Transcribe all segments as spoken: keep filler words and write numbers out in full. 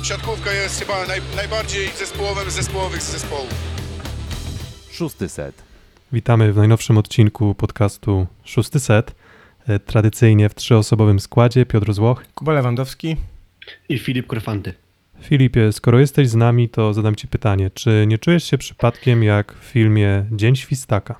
siatkówka jest chyba naj, najbardziej zespołowym z zespołowych z zespołów. Szósty set. Witamy w najnowszym odcinku podcastu Szósty Set. Tradycyjnie w trzyosobowym składzie Piotr Złoch, Kuba Lewandowski i Filip Korfanty. Filipie, skoro jesteś z nami, to zadam ci pytanie. Czy nie czujesz się przypadkiem jak w filmie Dzień Świstaka?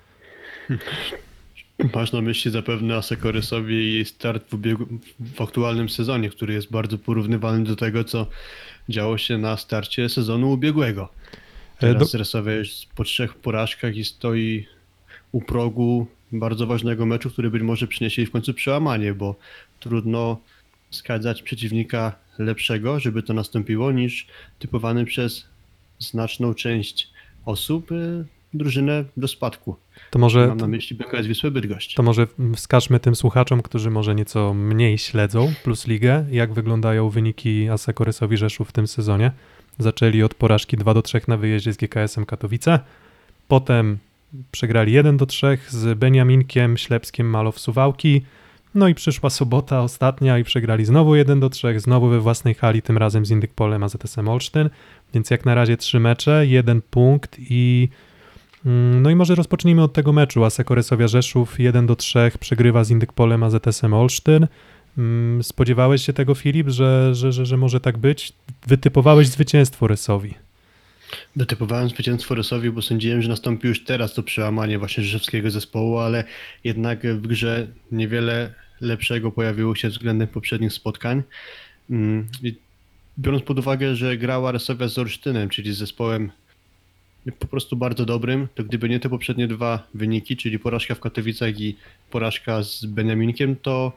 Masz na myśli zapewne Asekorysowi i jej start w, ubiegu, w aktualnym sezonie, który jest bardzo porównywalny do tego, co działo się na starcie sezonu ubiegłego. Teraz do... Resowie jest po trzech porażkach i stoi u progu bardzo ważnego meczu, który być może przyniesie w końcu przełamanie, bo trudno wskazać przeciwnika lepszego, żeby to nastąpiło, niż typowany przez znaczną część osób drużynę do spadku. To może, Mam na myśli B K S Wisłę Bydgoszcz. To może wskażmy tym słuchaczom, którzy może nieco mniej śledzą Plus Ligę, jak wyglądają wyniki Asekorysowi Rzeszów w tym sezonie. Zaczęli od porażki dwa do trzech na wyjeździe z G K S-em Katowice, potem przegrali jeden do trzech z Beniaminkiem Ślepskiem Malow Suwałki, no i przyszła sobota ostatnia i przegrali znowu jeden do trzech, znowu we własnej hali, tym razem z Indykpolem A Z S M Olsztyn, więc jak na razie trzy mecze, jeden punkt i no i może rozpocznijmy od tego meczu. Asekorysowia Rzeszów jeden do trzech przegrywa z Indykpolem A Z S M Olsztyn. Spodziewałeś się tego, Filip, że, że, że, że może tak być? Wytypowałeś zwycięstwo Resowi. Wytypowałem zwycięstwo Resowi, bo sądziłem, że nastąpi już teraz to przełamanie właśnie rzeszowskiego zespołu, ale jednak w grze niewiele lepszego pojawiło się względem poprzednich spotkań. I biorąc pod uwagę, że grała Resowia z Olsztynem, czyli z zespołem po prostu bardzo dobrym, to gdyby nie te poprzednie dwa wyniki, czyli porażka w Katowicach i porażka z Beniaminkiem, to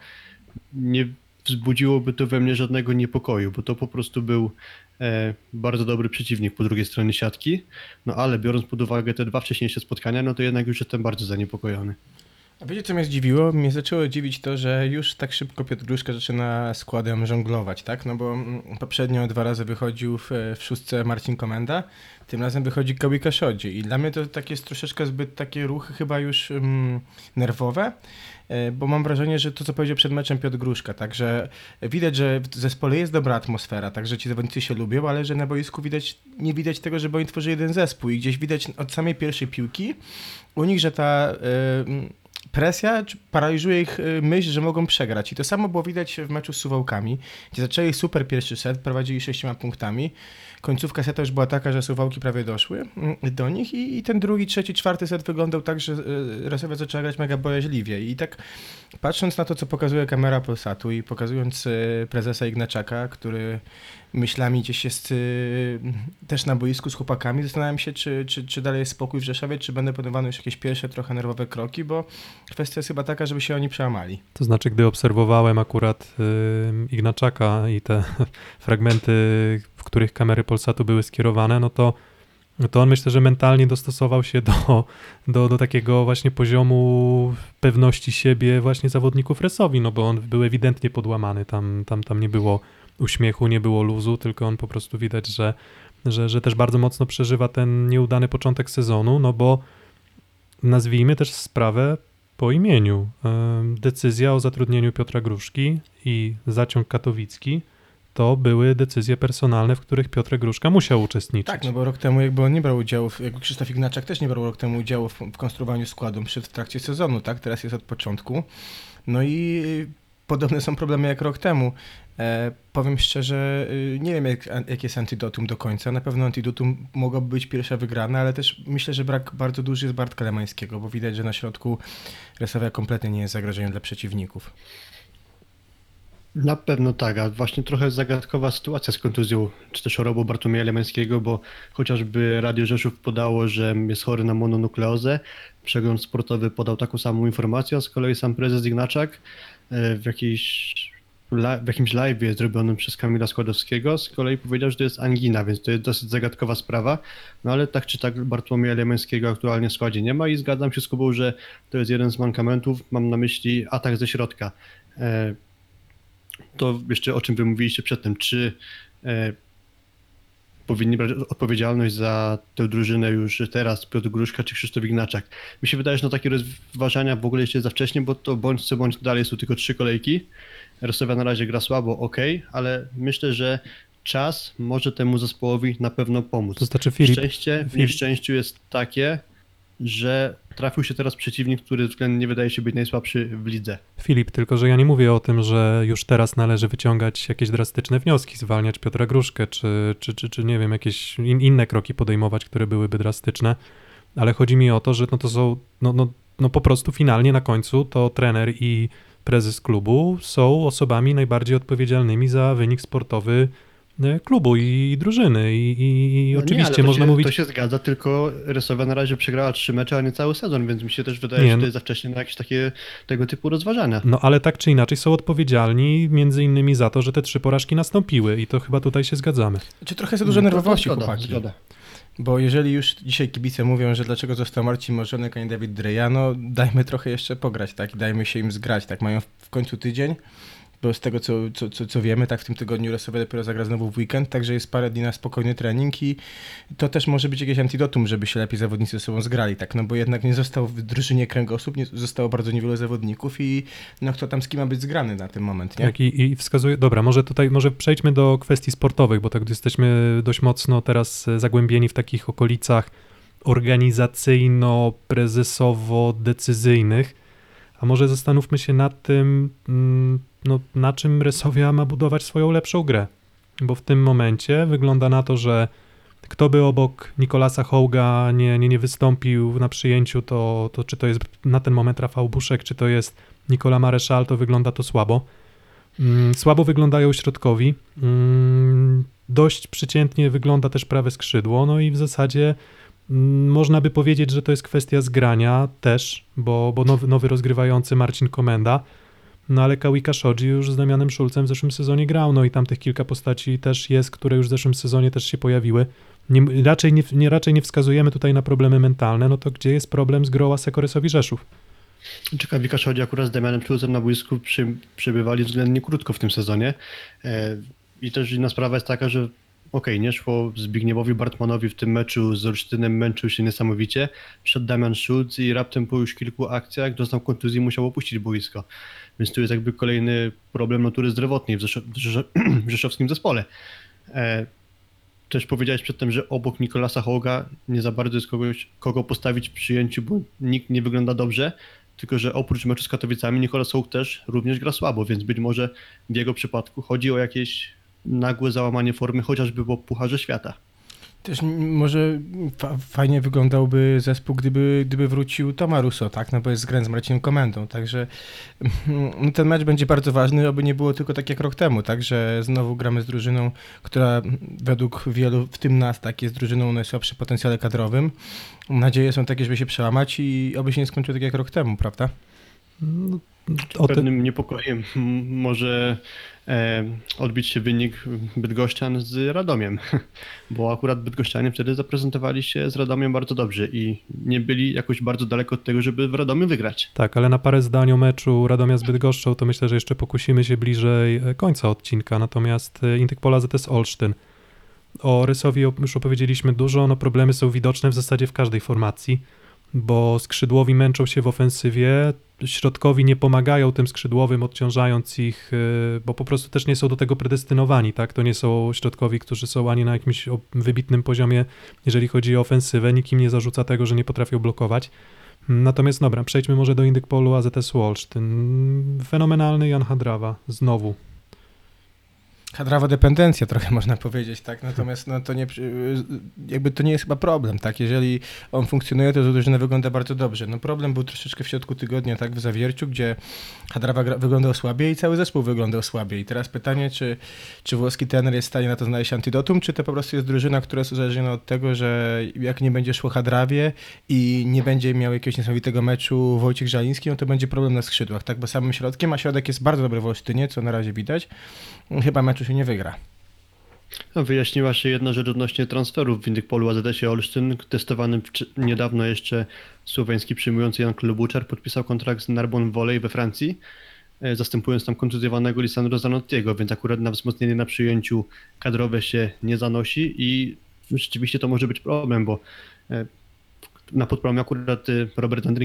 nie wzbudziłoby to we mnie żadnego niepokoju, bo to po prostu był e, bardzo dobry przeciwnik po drugiej stronie siatki, no ale biorąc pod uwagę te dwa wcześniejsze spotkania, no to jednak już jestem bardzo zaniepokojony. A wiecie, co mnie zdziwiło? Mnie zaczęło dziwić to, że już tak szybko Piotr Gruszka zaczyna składem żonglować, tak? No bo poprzednio dwa razy wychodził w, w szóstce Marcin Komenda, tym razem wychodzi Kobi Kaszodzie i dla mnie to takie jest troszeczkę zbyt takie ruchy chyba już um, nerwowe, bo mam wrażenie, że to, co powiedział przed meczem Piotr Gruszka, tak, że widać, że w zespole jest dobra atmosfera, tak, że ci zawodnicy się lubią, ale że na boisku widać, nie widać tego, żeby oni tworzyli jeden zespół i gdzieś widać od samej pierwszej piłki u nich, że ta y, presja paraliżuje ich myśl, że mogą przegrać. I to samo było widać w meczu z Suwałkami, gdzie zaczęli super pierwszy set, prowadzili sześcioma punktami. Końcówka seta już była taka, że Suwałki prawie doszły do nich i, i ten drugi, trzeci, czwarty set wyglądał tak, że Resowia zaczęła grać mega bojaźliwie. I tak patrząc na to, co pokazuje kamera Polsatu i pokazując prezesa Ignaczaka, który myślami gdzieś jest y, też na boisku z chłopakami, zastanawiam się, czy, czy, czy dalej jest spokój w Rzeszowie, czy będą podejmowane już jakieś pierwsze trochę nerwowe kroki, bo kwestia jest chyba taka, żeby się oni przełamali. To znaczy, gdy obserwowałem akurat y, Ignaczaka i te fragmenty, w których kamery Polsatu były skierowane, no to, no to on myślę, że mentalnie dostosował się do, do, do takiego właśnie poziomu pewności siebie właśnie zawodników Resowi, no bo on był ewidentnie podłamany, tam, tam, tam nie było uśmiechu, nie było luzu, tylko on po prostu widać, że, że, że też bardzo mocno przeżywa ten nieudany początek sezonu, no bo nazwijmy też sprawę po imieniu. Decyzja o zatrudnieniu Piotra Gruszki i zaciąg katowicki to były decyzje personalne, w których Piotr Gruszka musiał uczestniczyć. Tak, no bo rok temu jakby on nie brał udziału, jakby Krzysztof Ignaczak też nie brał rok temu udziału w, w konstruowaniu składu przed w trakcie sezonu, tak? Teraz jest od początku. No i podobne są problemy jak rok temu. E, powiem szczerze, nie wiem jak, jak jest antidotum do końca. Na pewno antidotum mogłaby być pierwsza wygrana, ale też myślę, że brak bardzo duży jest Bartka Lemańskiego, bo widać, że na środku Resowia kompletnie nie jest zagrożeniem dla przeciwników. Na pewno tak, a właśnie trochę zagadkowa sytuacja z kontuzją, czy też chorobą Bartłomieja Lemańskiego, bo chociażby Radio Rzeszów podało, że jest chory na mononukleozę, przegląd sportowy podał taką samą informację, a z kolei sam prezes Ignaczak w, jakiejś, w jakimś live'ie zrobionym przez Kamila Składowskiego z kolei powiedział, że to jest angina, więc to jest dosyć zagadkowa sprawa, no ale tak czy tak Bartłomieja Lemańskiego aktualnie w składzie nie ma i zgadzam się z Kubą, że to jest jeden z mankamentów, mam na myśli atak ze środka. To jeszcze o czym wy mówiliście przedtem, czy e, powinni brać odpowiedzialność za tę drużynę już teraz Piotr Gruszka czy Krzysztof Ignaczak. Mi się wydaje, że no takie rozważania w ogóle jeszcze za wcześnie, bo to bądź co bądź dalej są tylko trzy kolejki. Resowia na razie gra słabo, ok, ale myślę, że czas może temu zespołowi na pewno pomóc. To znaczy Filip, Szczęście w Filip- nieszczęściu jest takie, że trafił się teraz przeciwnik, który względnie wydaje się być najsłabszy w lidze. Filip, tylko że ja nie mówię o tym, że już teraz należy wyciągać jakieś drastyczne wnioski, zwalniać Piotra Gruszkę, czy, czy, czy, czy nie wiem, jakieś in, inne kroki podejmować, które byłyby drastyczne, ale chodzi mi o to, że no to są, no, no, no po prostu finalnie na końcu to trener i prezes klubu są osobami najbardziej odpowiedzialnymi za wynik sportowy e, klubu i drużyny i, i, i No oczywiście nie, ale to można się, mówić... To się zgadza, tylko Resowia na razie przegrała trzy mecze, a nie cały sezon, więc mi się też wydaje, Nie, że no- to jest za wcześnie na jakieś takie tego typu rozważania. No ale tak czy inaczej są odpowiedzialni między innymi za to, że te trzy porażki nastąpiły i to chyba tutaj się zgadzamy. Czy trochę za dużo No to nerwowości, zgoda, chłopaki. zgoda. Bo jeżeli już dzisiaj kibice mówią, że dlaczego został Marcin Morzonek, a nie Dawid Dreja, no dajmy trochę jeszcze pograć, tak? I dajmy się im zgrać, tak? Mają w- w końcu tydzień, bo z tego co, co, co, co wiemy, tak w tym tygodniu Resowia dopiero zagra znowu w weekend, także jest parę dni na spokojny trening i to też może być jakieś antidotum, żeby się lepiej zawodnicy ze sobą zgrali, tak? No bo jednak nie został w drużynie kręgosłup, nie, zostało bardzo niewielu zawodników i no kto tam z kim ma być zgrany na ten moment, nie? Tak, i, i wskazuje, dobra, może tutaj, może przejdźmy do kwestii sportowych, bo tak jesteśmy dość mocno teraz e, zagłębieni w takich okolicach organizacyjno-prezesowo-decyzyjnych, a może zastanówmy się nad tym, mm, no, na czym Resowia ma budować swoją lepszą grę, bo w tym momencie wygląda na to, że kto by obok Nikolasa Hołga nie, nie, nie wystąpił na przyjęciu, to, to czy to jest na ten moment Rafał Buszek, czy to jest Nikola Mareszal, to wygląda to słabo. Mm, Słabo wyglądają środkowi. Mm, Dość przeciętnie wygląda też prawe skrzydło. No i w zasadzie mm, można by powiedzieć, że to jest kwestia zgrania też, bo, bo nowy, nowy rozgrywający Marcin Komenda. No ale Kawika Shoji już z Damianem Szulcem w zeszłym sezonie grał, no i tam tych kilka postaci też jest, które już w zeszłym sezonie też się pojawiły. Nie, raczej, nie, nie, raczej nie wskazujemy tutaj na problemy mentalne, no to gdzie jest problem z grą Asekoresowi Rzeszów? Ciekawi Kaszodzi akurat z Damianem Szulcem na boisku przy, przebywali względnie krótko w tym sezonie. E, I też inna sprawa jest taka, że okej, nie szło Zbigniewowi Bartmanowi w tym meczu z Olsztynem, męczył się niesamowicie. Wszedł Damian Szulc i raptem po już kilku akcjach doznał kontuzji i musiał opuścić boisko. Więc tu jest jakby kolejny problem natury zdrowotnej w, Rzeszo- w, Rzeszo- w rzeszowskim zespole. E, Też powiedziałeś przedtem, że obok Nikolasa Hołga nie za bardzo jest kogoś, kogo postawić w przyjęciu, bo nikt nie wygląda dobrze, tylko że oprócz meczu z Katowicami Nikolas Hołg też również gra słabo, więc być może w jego przypadku chodzi o jakieś nagłe załamanie formy, chociażby po Pucharze Świata. Też m- może fa- fajnie wyglądałby zespół, gdyby, gdyby wrócił Toma Russo, tak? No bo jest zgręt z Marcinem Komendą, także mm, no ten mecz będzie bardzo ważny, aby nie było tylko tak jak rok temu, tak? Że znowu gramy z drużyną, która mm, według wielu, w tym nas, tak, jest drużyną o najsłabszym potencjale kadrowym. Nadzieje są takie, żeby się przełamać i oby się nie skończyło tak jak rok temu, prawda? No, o te, Pewnym niepokojem m- może e, odbić się wynik Bydgoszczan z Radomiem, bo akurat Bydgoszczanie wtedy zaprezentowali się z Radomiem bardzo dobrze i nie byli jakoś bardzo daleko od tego, żeby w Radomiu wygrać. tak, ale na parę zdań o meczu Radomia z Bydgoszczą to myślę, że jeszcze pokusimy się bliżej e, końca odcinka, natomiast e, Intykpola Z S Olsztyn. O Rysowi op- już opowiedzieliśmy dużo, no problemy są widoczne w zasadzie w każdej formacji, bo skrzydłowi męczą się w ofensywie, środkowi nie pomagają tym skrzydłowym, odciążając ich, y, bo po prostu też nie są do tego predestynowani, tak? To nie są środkowi, którzy są ani na jakimś o- wybitnym poziomie, jeżeli chodzi o ofensywę, nikim nie zarzuca tego, że nie potrafią blokować. Natomiast dobra, przejdźmy może do Indykpolu A Z S Olsztyn. Fenomenalny Jan Hadrawa, znowu. Hadrawa dependencja trochę można powiedzieć, tak? Natomiast no to nie, przy- jakby to nie jest chyba problem, tak? Jeżeli on funkcjonuje, to drużyna wygląda bardzo dobrze. No problem był troszeczkę w środku tygodnia, tak? W Zawierciu, gdzie Hadrawa gra- wyglądał słabiej i cały zespół wyglądał słabiej. I teraz pytanie, czy, czy włoski trener jest w stanie na to znaleźć antidotum, czy to po prostu jest drużyna, która jest uzależniona od tego, że jak nie będzie szło Hadrawie i nie będzie miał jakiegoś niesamowitego meczu Wojciech Żaliński, no to będzie problem na skrzydłach, tak? Bo samym środkiem, a środek jest bardzo dobry w Olsztynie, co na razie widać. Chyba meczu się nie wygra. No, wyjaśniła się jedna rzecz odnośnie transferów w Indykpolu A Z S Olsztyn. Testowany wczy- niedawno jeszcze słoweński przyjmujący Jan Klobuczar podpisał kontrakt z Narbonne Volley we Francji, e, zastępując tam kontuzjowanego Lisandro Zanottiego, więc akurat na wzmocnienie na przyjęciu kadrowe się nie zanosi i rzeczywiście to może być problem, bo e, na podprogramie akurat e, Robert Andringa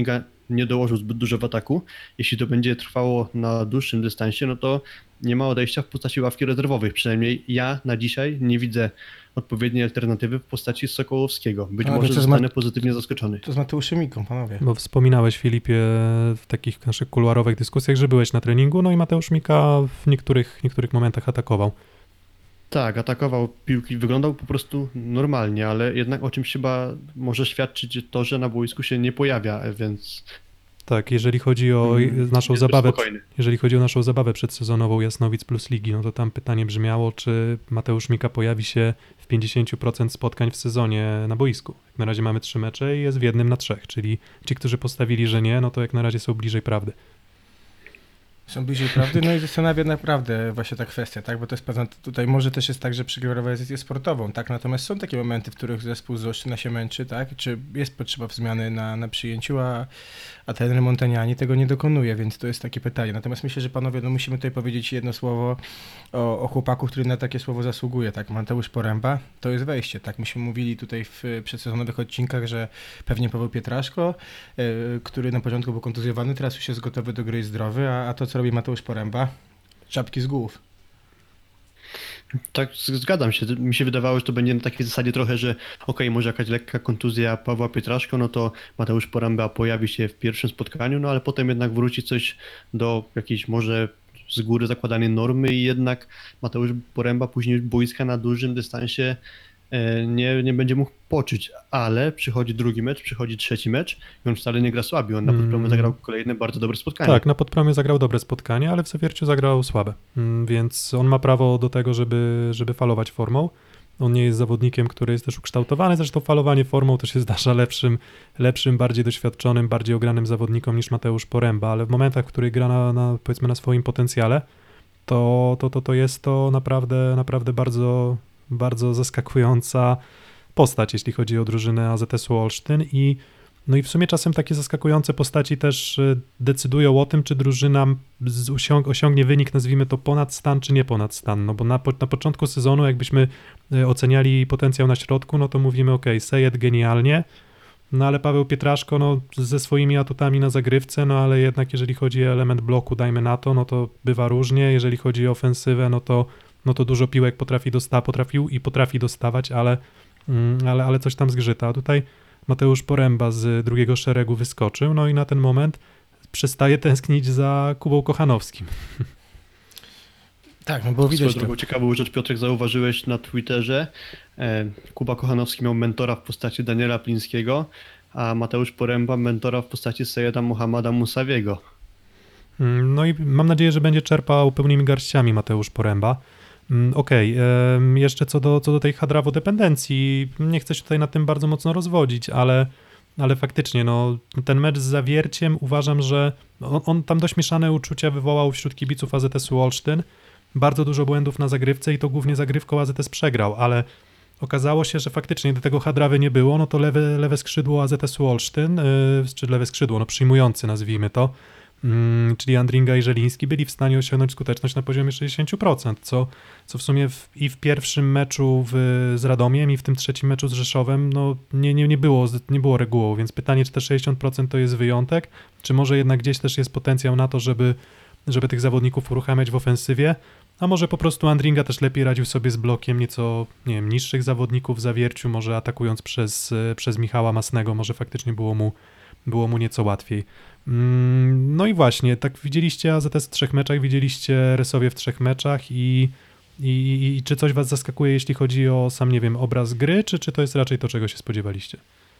nie dołożył zbyt dużo w ataku. Jeśli to będzie trwało na dłuższym dystansie, no to nie ma odejścia w postaci ławki rezerwowych. Przynajmniej ja na dzisiaj nie widzę odpowiedniej alternatywy w postaci Sokołowskiego. Być Ale może to zostanę zma- pozytywnie zaskoczony. To z Mateuszem Miką, panowie. Bo wspominałeś, Filipie, w takich naszych kuluarowych dyskusjach, że byłeś na treningu, no i Mateusz Mika w niektórych, niektórych momentach atakował. Tak, atakował piłki, wyglądał po prostu normalnie, ale jednak o czymś chyba może świadczyć to, że na boisku się nie pojawia, więc Tak, jeżeli chodzi o Mm, naszą jest zabawę, spokojny. jeżeli chodzi o naszą zabawę przedsezonową Jasnowic plus Ligi, no to tam pytanie brzmiało, czy Mateusz Mika pojawi się w pięćdziesiąt procent spotkań w sezonie na boisku. Jak na razie mamy trzy mecze i jest w jednym na trzech, czyli ci, którzy postawili, że nie, no to jak na razie są bliżej prawdy. Są bliżej prawdy, no i zastanawia naprawdę właśnie ta kwestia, tak, bo to jest pewna, tutaj może też jest tak, że przegrywa rywalizację sportową, tak, natomiast są takie momenty, w których zespół z Olsztyna się męczy, tak, czy jest potrzeba zmiany na, na przyjęciu, a, a trener Montaniani tego nie dokonuje, więc to jest takie pytanie. Natomiast myślę, że panowie, no musimy tutaj powiedzieć jedno słowo o, o chłopaku, który na takie słowo zasługuje, tak, Mateusz Poręba, to jest wejście, tak, myśmy mówili tutaj w przedsezonowych odcinkach, że pewnie Paweł Pietraszko, yy, który na początku był kontuzjowany, teraz już jest gotowy do gry i zdrowy, a, a to, co robi Mateusz Poręba, czapki z głów. Tak, z- zgadzam się. Mi się wydawało, że to będzie na takiej zasadzie trochę, że okej, może jakaś lekka kontuzja Pawła Pietraszko, no to Mateusz Poręba pojawi się w pierwszym spotkaniu, no ale potem jednak wróci coś do jakiejś może z góry zakładanej normy i jednak Mateusz Poręba później boiska na dużym dystansie e, nie, nie będzie mógł poczuć, ale przychodzi drugi mecz, przychodzi trzeci mecz i on wcale nie gra słabiej. On na podpromie Mm. zagrał kolejne bardzo dobre spotkanie. Tak, na podpromie zagrał dobre spotkanie, ale w Zawierciu zagrał słabe, Mm, więc on ma prawo do tego, żeby, żeby falować formą. On nie jest zawodnikiem, który jest też ukształtowany, zresztą falowanie formą to się zdarza lepszym, lepszym, bardziej doświadczonym, bardziej ogranym zawodnikom niż Mateusz Poręba, ale w momentach, w których gra na, na, powiedzmy na swoim potencjale, to, to, to, to jest to naprawdę, naprawdę bardzo, bardzo zaskakująca postać, jeśli chodzi o drużynę A Z S-u Olsztyn i no i w sumie czasem takie zaskakujące postaci też y, decydują o tym, czy drużyna z- osiąg- osiągnie wynik, nazwijmy to ponad stan, czy nie ponad stan, no bo na, po, na początku sezonu jakbyśmy y, oceniali potencjał na środku, no to mówimy ok, Sejet genialnie, no ale Paweł Pietraszko no ze swoimi atutami na zagrywce, no ale jednak jeżeli chodzi o element bloku, dajmy na to, no to bywa różnie, jeżeli chodzi o ofensywę, no to, no to dużo piłek potrafi dosta- potrafił i potrafi dostawać, ale, mm, ale, ale coś tam zgrzyta, a tutaj Mateusz Poręba z drugiego szeregu wyskoczył, no i na ten moment przestaje tęsknić za Kubą Kochanowskim. Tak, no było widać Swoją to. drogą ciekawą rzecz, Piotrek, zauważyłeś na Twitterze. E, Kuba Kochanowski miał mentora w postaci Daniela Plińskiego, a Mateusz Poręba mentora w postaci Sejeda Mohammada Musawiego. Mm, No i mam nadzieję, że będzie czerpał pełnymi garściami Mateusz Poręba. Mm, Okej, em, jeszcze co do, co do tej hadrawo-dependencji, nie chcę się tutaj nad tym bardzo mocno rozwodzić, ale, ale faktycznie no, ten mecz z Zawierciem uważam, że on, on tam dość mieszane uczucia wywołał wśród kibiców A Z S-u Olsztyn. Bardzo dużo błędów na zagrywce i to głównie zagrywką A Z S przegrał, ale okazało się, że faktycznie do tego hadrawy nie było, no to lewe, lewe skrzydło A Z S-u Olsztyn, yy, czy lewe skrzydło, no przyjmujący nazwijmy to, Mm, czyli Andringa i Żeliński byli w stanie osiągnąć skuteczność na poziomie sześćdziesiąt procent, co, co w sumie w, i w pierwszym meczu w, z Radomiem i w tym trzecim meczu z Rzeszowem no, nie, nie, nie, było, nie było regułą, więc pytanie, czy te sześćdziesiąt procent to jest wyjątek, czy może jednak gdzieś też jest potencjał na to, żeby, żeby tych zawodników uruchamiać w ofensywie, a może po prostu Andringa też lepiej radził sobie z blokiem nieco, nie wiem, niższych zawodników w Zawierciu, może atakując przez, przez Michała Masnego, może faktycznie było mu, było mu nieco łatwiej. No i właśnie, tak widzieliście A Z S w trzech meczach, widzieliście Resowie w trzech meczach i, i, i czy coś was zaskakuje, jeśli chodzi o sam, nie wiem, obraz gry, czy, czy to jest raczej to, czego się spodziewaliście?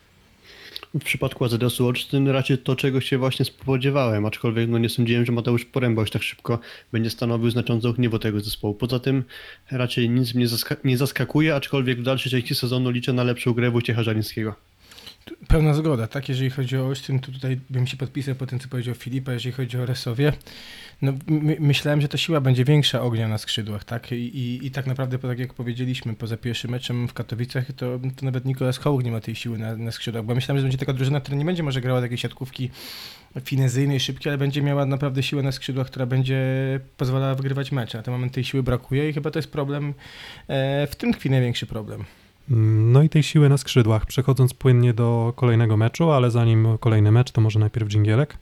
W przypadku A Z S-u Olsztyn raczej to, czego się właśnie spodziewałem, aczkolwiek no nie sądziłem, że Mateusz Poręba już tak szybko będzie stanowił znaczące ogniwo tego zespołu. Poza tym raczej nic mnie zaska- nie zaskakuje, aczkolwiek w dalszej części sezonu liczę na lepszą grę Wojciecha Żalińskiego. Pełna zgoda, tak? Jeżeli chodzi o Olsztyn, to tutaj bym się podpisał po tym, co powiedział Filipa, jeżeli chodzi o Resowie. No, my, myślałem, że ta siła będzie większa ognia na skrzydłach, tak? I, i, i tak naprawdę, tak jak powiedzieliśmy, poza pierwszym meczem w Katowicach, to, to nawet Nikolas Hołk nie ma tej siły na, na skrzydłach, bo myślałem, że będzie taka drużyna, która nie będzie może grała takiej siatkówki finezyjnej, szybkiej, ale będzie miała naprawdę siłę na skrzydłach, która będzie pozwalała wygrywać mecze. Na ten moment tej siły brakuje i chyba to jest problem, e, w tym tkwi największy problem. No i tej siły na skrzydłach. Przechodząc płynnie do kolejnego meczu, ale zanim kolejny mecz, to może najpierw dżingielek.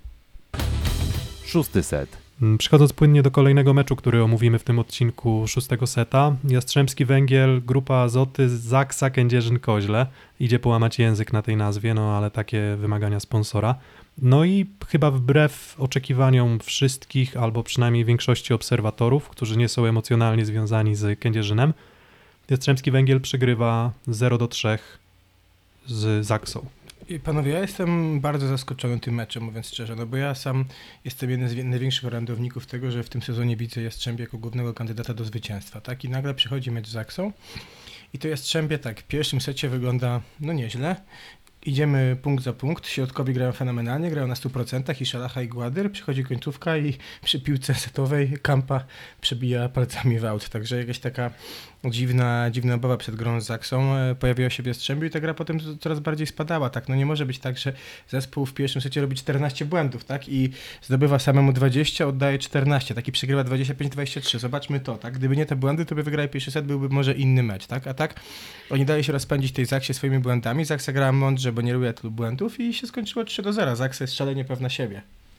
Szósty set. Przechodząc płynnie do kolejnego meczu, który omówimy w tym odcinku szóstego seta. Jastrzębski Węgiel, Grupa Azoty, Zaksa Kędzierzyn-Koźle. Idzie połamać język na tej nazwie, no ale takie wymagania sponsora. No i chyba wbrew oczekiwaniom wszystkich, albo przynajmniej większości obserwatorów, którzy nie są emocjonalnie związani z Kędzierzynem, Jastrzębski Węgiel przegrywa zero do trzech z Zaksą. I panowie, ja jestem bardzo zaskoczony tym meczem, mówiąc szczerze, no bo ja sam jestem jednym z największych orędowników tego, że w tym sezonie widzę Jastrzębie jako głównego kandydata do zwycięstwa, tak? I nagle przychodzi mecz z Zaksą i to Jastrzębie tak, w pierwszym secie wygląda no nieźle. Idziemy punkt za punkt, środkowi grają fenomenalnie, grają na stu procentach i Szalacha i Gładyr, przychodzi końcówka i przy piłce setowej Kampa przebija palcami w aut, także jakaś taka dziwna, dziwna obawa przed grą z Zaksą e, pojawiła się w Jastrzębiu i ta gra potem coraz bardziej spadała, tak, no nie może być tak, że zespół w pierwszym secie robi czternaście błędów, tak, i zdobywa samemu dwadzieścia, oddaje czternaście, tak, i przegrywa dwadzieścia pięć dwadzieścia trzy, zobaczmy to, tak, gdyby nie te błędy, to by wygrali pierwszy set, byłby może inny mecz, tak, a tak oni dali się rozpędzić tej Zaksie swoimi błędami, Zaksa grała mądrze, bo nie robiła tylu błędów i się skończyło trzy do zera, Zaksa jest szalenie pewna siebie.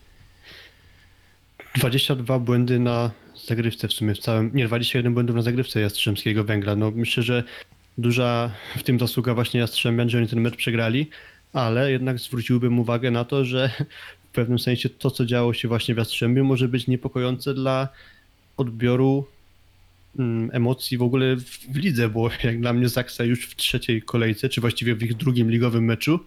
dwadzieścia dwa błędy na zagrywce w sumie w całym, nie, dwadzieścia jeden błędów na zagrywce Jastrzębskiego Węgla. No myślę, że duża w tym zasługa właśnie Jastrzębian, że oni ten mecz przegrali, ale jednak zwróciłbym uwagę na to, że w pewnym sensie to, co działo się właśnie w Jastrzębiu, może być niepokojące dla odbioru mm, emocji w ogóle w, w lidze, bo jak dla mnie Zaksa już w trzeciej kolejce, czy właściwie w ich drugim ligowym meczu,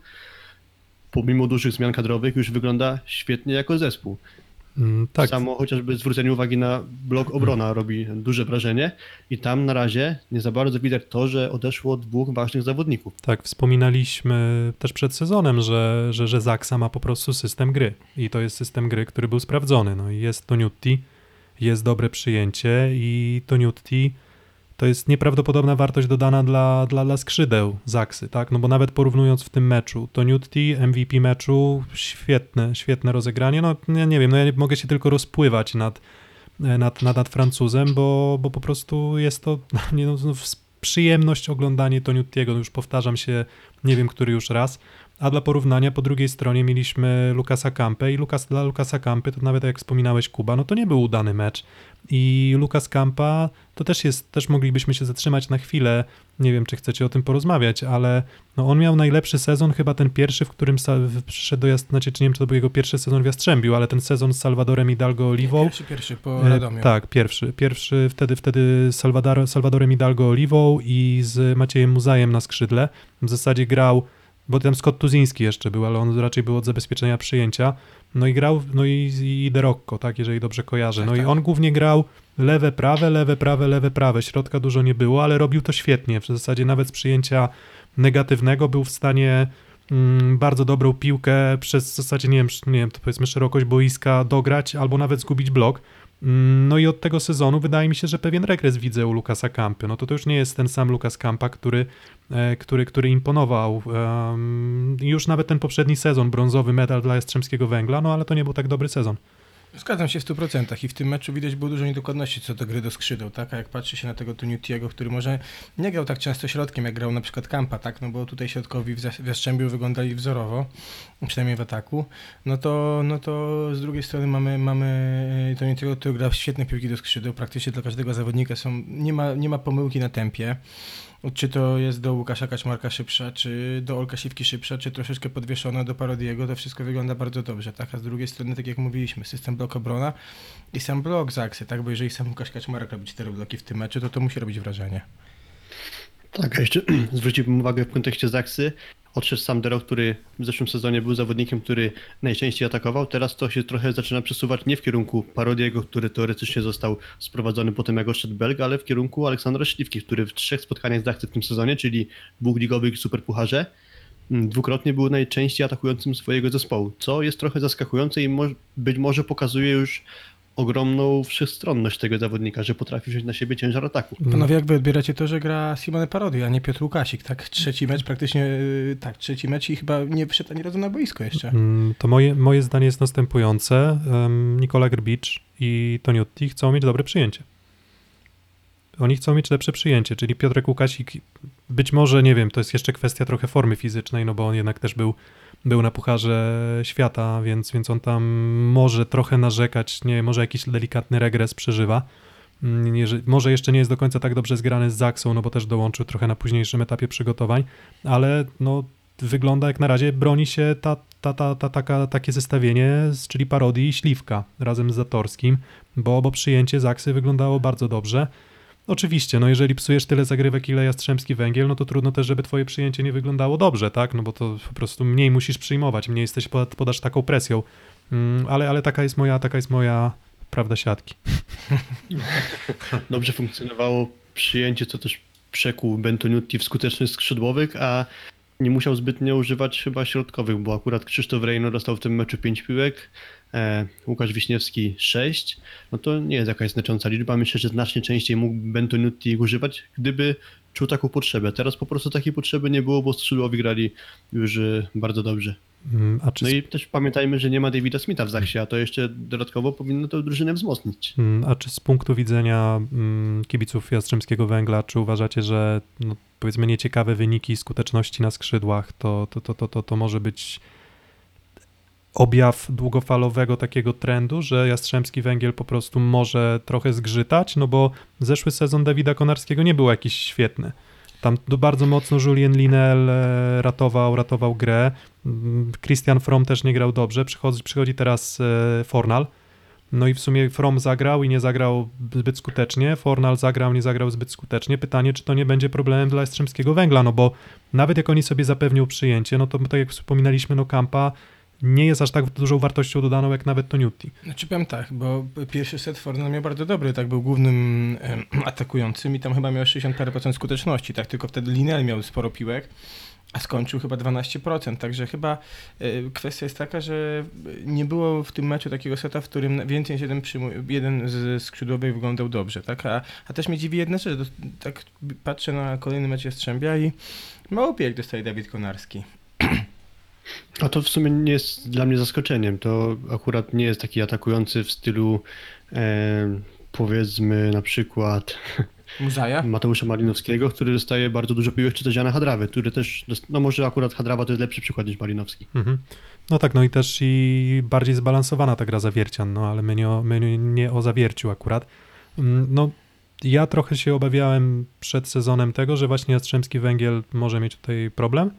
pomimo dużych zmian kadrowych, już wygląda świetnie jako zespół. Mm, tak. Samo chociażby zwrócenie uwagi na blok obrona robi duże wrażenie i tam na razie nie za bardzo widać to, że odeszło dwóch ważnych zawodników. Tak, wspominaliśmy też przed sezonem, że, że, że Zaksa ma po prostu system gry i to jest system gry, który był sprawdzony. No i jest Toniutti, jest dobre przyjęcie i Toniutti to jest nieprawdopodobna wartość dodana dla, dla, dla skrzydeł Zaksy, tak? No bo nawet porównując w tym meczu, Toniutti, M V P meczu, świetne, świetne rozegranie. No ja nie wiem, no ja mogę się tylko rozpływać nad, nad, nad, nad Francuzem, bo, bo po prostu jest to nie, no, przyjemność oglądanie Toniuttiego. No już powtarzam się, nie wiem, który już raz. A dla porównania po drugiej stronie mieliśmy Lukasa Kampę i Lukas, dla Lukasa Kampy, to nawet jak wspominałeś, Kuba, no to nie był udany mecz. I Lukas Kampa to też jest, też moglibyśmy się zatrzymać na chwilę, nie wiem, czy chcecie o tym porozmawiać, ale no on miał najlepszy sezon, chyba ten pierwszy, w którym sa- przyszedł do Jastrzębia, znaczy czy nie wiem, czy to był jego pierwszy sezon w Jastrzębiu, ale ten sezon z Salvadorem Hidalgo Oliwą. Pierwszy, pierwszy po Radomiu. E, tak, pierwszy, pierwszy wtedy, wtedy Salvador, Salvadorem Hidalgo Oliwą i z Maciejem Muzajem na skrzydle. W zasadzie grał, bo tam Scott Tuziński jeszcze był, ale on raczej był od zabezpieczenia przyjęcia. No i grał, no i, i De Rocco, tak, jeżeli dobrze kojarzę. No tak, i tak. on głównie grał lewe, prawe, lewe, prawe, lewe, prawe. Środka dużo nie było, ale robił to świetnie. W zasadzie nawet z przyjęcia negatywnego był w stanie mm, bardzo dobrą piłkę przez w zasadzie, nie wiem, nie wiem, to powiedzmy szerokość boiska dograć albo nawet zgubić blok. No i od tego sezonu wydaje mi się, że pewien regres widzę u Lukasa Kampy. No to to już nie jest ten sam Lukas Kampa, który, który, który imponował. Um, już nawet ten poprzedni sezon, brązowy medal dla Jastrzębskiego Węgla, no ale to nie był tak dobry sezon. Zgadzam się w stu procentach i w tym meczu widać było dużo niedokładności co do gry do skrzydeł, tak? A jak patrzy się na tego Toniuttiego, który może nie grał tak często środkiem, jak grał na przykład Kampa, tak? No bo tutaj środkowi w Zas- w Jastrzębiu wyglądali wzorowo, przynajmniej w ataku, no to, no to z drugiej strony mamy, mamy Toniuttiego, który gra świetne piłki do skrzydeł, praktycznie dla każdego zawodnika są, nie ma, nie ma pomyłki na tempie. Czy to jest do Łukasza Kaczmarka szybsza, czy do Olka Siwki szybsza, czy troszeczkę podwieszona do Parodiego, to wszystko wygląda bardzo dobrze, tak? A z drugiej strony, tak jak mówiliśmy, system blok obrona i sam blok Zaksy, tak? Bo jeżeli sam Łukasz Kaczmarek robi cztery bloki w tym meczu, to to musi robić wrażenie. Tak, a jeszcze zwróciłbym uwagę w kontekście Zaksy. Odszedł sam De Rocco, który w zeszłym sezonie był zawodnikiem, który najczęściej atakował. Teraz to się trochę zaczyna przesuwać nie w kierunku Parodiego, który teoretycznie został sprowadzony po tym, jak odszedł Belga, ale w kierunku Aleksandra Śliwki, który w trzech spotkaniach z Zaksy w tym sezonie, czyli dwóch ligowych i superpucharze, dwukrotnie był najczęściej atakującym swojego zespołu, co jest trochę zaskakujące i mo- być może pokazuje już ogromną wszechstronność tego zawodnika, że potrafi wziąć na siebie ciężar ataku. Panowie, jak wy odbieracie to, że gra Simone Parodi, a nie Piotr Łukasik, tak? Trzeci mecz praktycznie, yy, tak, trzeci mecz i chyba nie wszedł ani razu na boisko jeszcze. To moje, moje zdanie jest następujące. Um, Nikola Grbicz i Toniutti chcą mieć dobre przyjęcie. oni chcą mieć lepsze przyjęcie, czyli Piotrek Łukasik, być może, nie wiem, to jest jeszcze kwestia trochę formy fizycznej, no bo on jednak też był, był na Pucharze Świata, więc, więc on tam może trochę narzekać, nie, może jakiś delikatny regres przeżywa. Jeżeli, może jeszcze nie jest do końca tak dobrze zgrany z Zaksą, no bo też dołączył trochę na późniejszym etapie przygotowań, ale no wygląda jak na razie, broni się ta, ta, ta, ta, taka, takie zestawienie, czyli Parodi i Śliwka razem z Zatorskim, bo, bo przyjęcie Zaksy wyglądało bardzo dobrze. Oczywiście, no jeżeli psujesz tyle zagrywek, ile Jastrzębski Węgiel, no to trudno też, żeby twoje przyjęcie nie wyglądało dobrze, tak? No bo to po prostu mniej musisz przyjmować, mniej jesteś pod, podasz taką presją. Mm, ale, ale taka jest moja, taka jest moja prawda siatki. Dobrze funkcjonowało przyjęcie, co też przekuł Bentoniutti w skuteczność skrzydłowych, a nie musiał zbytnio używać chyba środkowych, bo akurat Krzysztof Rejno dostał w tym meczu pięć piłek, e, Łukasz Wiśniewski sześć, no to nie jest jakaś znacząca liczba. Myślę, że znacznie częściej mógł Bentoniutti ich używać, gdyby czuł taką potrzebę. Teraz po prostu takiej potrzeby nie było, bo skrzydłowi grali już e, bardzo dobrze. Mm, a czy No i też pamiętajmy, że nie ma Davida Smitha w Zaksie, a to jeszcze dodatkowo powinno tę drużynę wzmocnić. A czy z punktu widzenia mm, kibiców Jastrzębskiego Węgla, czy uważacie, że no, powiedzmy nieciekawe wyniki skuteczności na skrzydłach to, to, to, to, to, to może być objaw długofalowego takiego trendu, że Jastrzębski Węgiel po prostu może trochę zgrzytać, no bo zeszły sezon Dawida Konarskiego nie był jakiś świetny. Tam bardzo mocno Julien Linel ratował, ratował grę. Christian From też nie grał dobrze. Przychodzi, przychodzi teraz Fornal. No i w sumie From zagrał i nie zagrał zbyt skutecznie. Fornal zagrał, nie zagrał zbyt skutecznie. Pytanie, czy to nie będzie problemem dla Jastrzębskiego Węgla, no bo nawet jak oni sobie zapewnią przyjęcie, no to tak jak wspominaliśmy, no Kampa nie jest aż tak dużą wartością dodaną jak nawet Toniutti. Znaczy powiem tak, bo pierwszy set Fornal miał bardzo dobry, tak, był głównym em, atakującym i tam chyba miał sześćdziesiąt parę procent skuteczności, tak, tylko wtedy Linel miał sporo piłek, a skończył chyba dwanaście procent, także chyba y, kwestia jest taka, że nie było w tym meczu takiego seta, w którym więcej niż jeden, przyjmu- jeden z skrzydłowych wyglądał dobrze, tak, a, a też mnie dziwi jedna rzecz, tak patrzę na kolejny mecz Jastrzębia i mało piłek dostaje Dawid Konarski. A to w sumie nie jest dla mnie zaskoczeniem. To akurat nie jest taki atakujący w stylu e, powiedzmy na przykład Muzaja? Mateusza Malinowskiego, który dostaje bardzo dużo piłek, czy też Jana Hadrawy, który też, dost- no może akurat Hadrawa to jest lepszy przykład niż Malinowski. Mhm. No tak, no i też i bardziej zbalansowana ta gra Zawiercian, no ale my nie o, my nie o Zawierciu akurat. No ja trochę się obawiałem przed sezonem tego, że właśnie Jastrzębski Węgiel może mieć tutaj problem.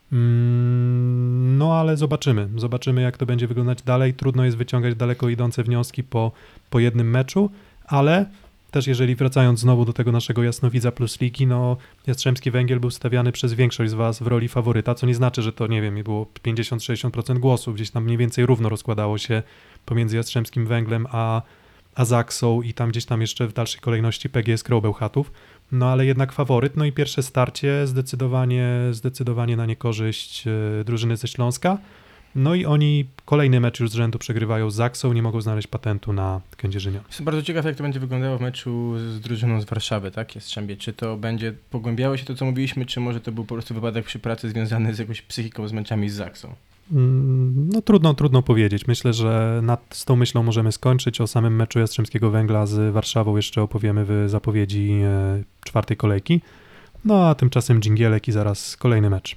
No ale zobaczymy, zobaczymy jak to będzie wyglądać dalej. Trudno jest wyciągać daleko idące wnioski po, po jednym meczu, ale też jeżeli wracając znowu do tego naszego Jasnowidza plus Ligi, no Jastrzębski Węgiel był stawiany przez większość z was w roli faworyta, co nie znaczy, że to nie wiem, było pięćdziesiąt do sześćdziesięciu procent głosów, gdzieś tam mniej więcej równo rozkładało się pomiędzy Jastrzębskim Węglem a, a Zaksą i tam gdzieś tam jeszcze w dalszej kolejności P G S Krą Bełchatów. No ale jednak faworyt, no i pierwsze starcie zdecydowanie, zdecydowanie na niekorzyść e, drużyny ze Śląska. No i oni kolejny mecz już z rzędu przegrywają z Zaksą, nie mogą znaleźć patentu na Kędzierzynian. Jestem bardzo ciekaw, jak to będzie wyglądało w meczu z drużyną z Warszawy, tak, Jastrzębie. Czy to będzie pogłębiało się to, co mówiliśmy, czy może to był po prostu wypadek przy pracy związany z jakąś psychiką, z meczami z Zaksą? No trudno, trudno powiedzieć. Myślę, że nad z tą myślą możemy skończyć. O samym meczu Jastrzębskiego Węgla z Warszawą jeszcze opowiemy w zapowiedzi e, czwartej kolejki. No a tymczasem dżingielek i zaraz kolejny mecz.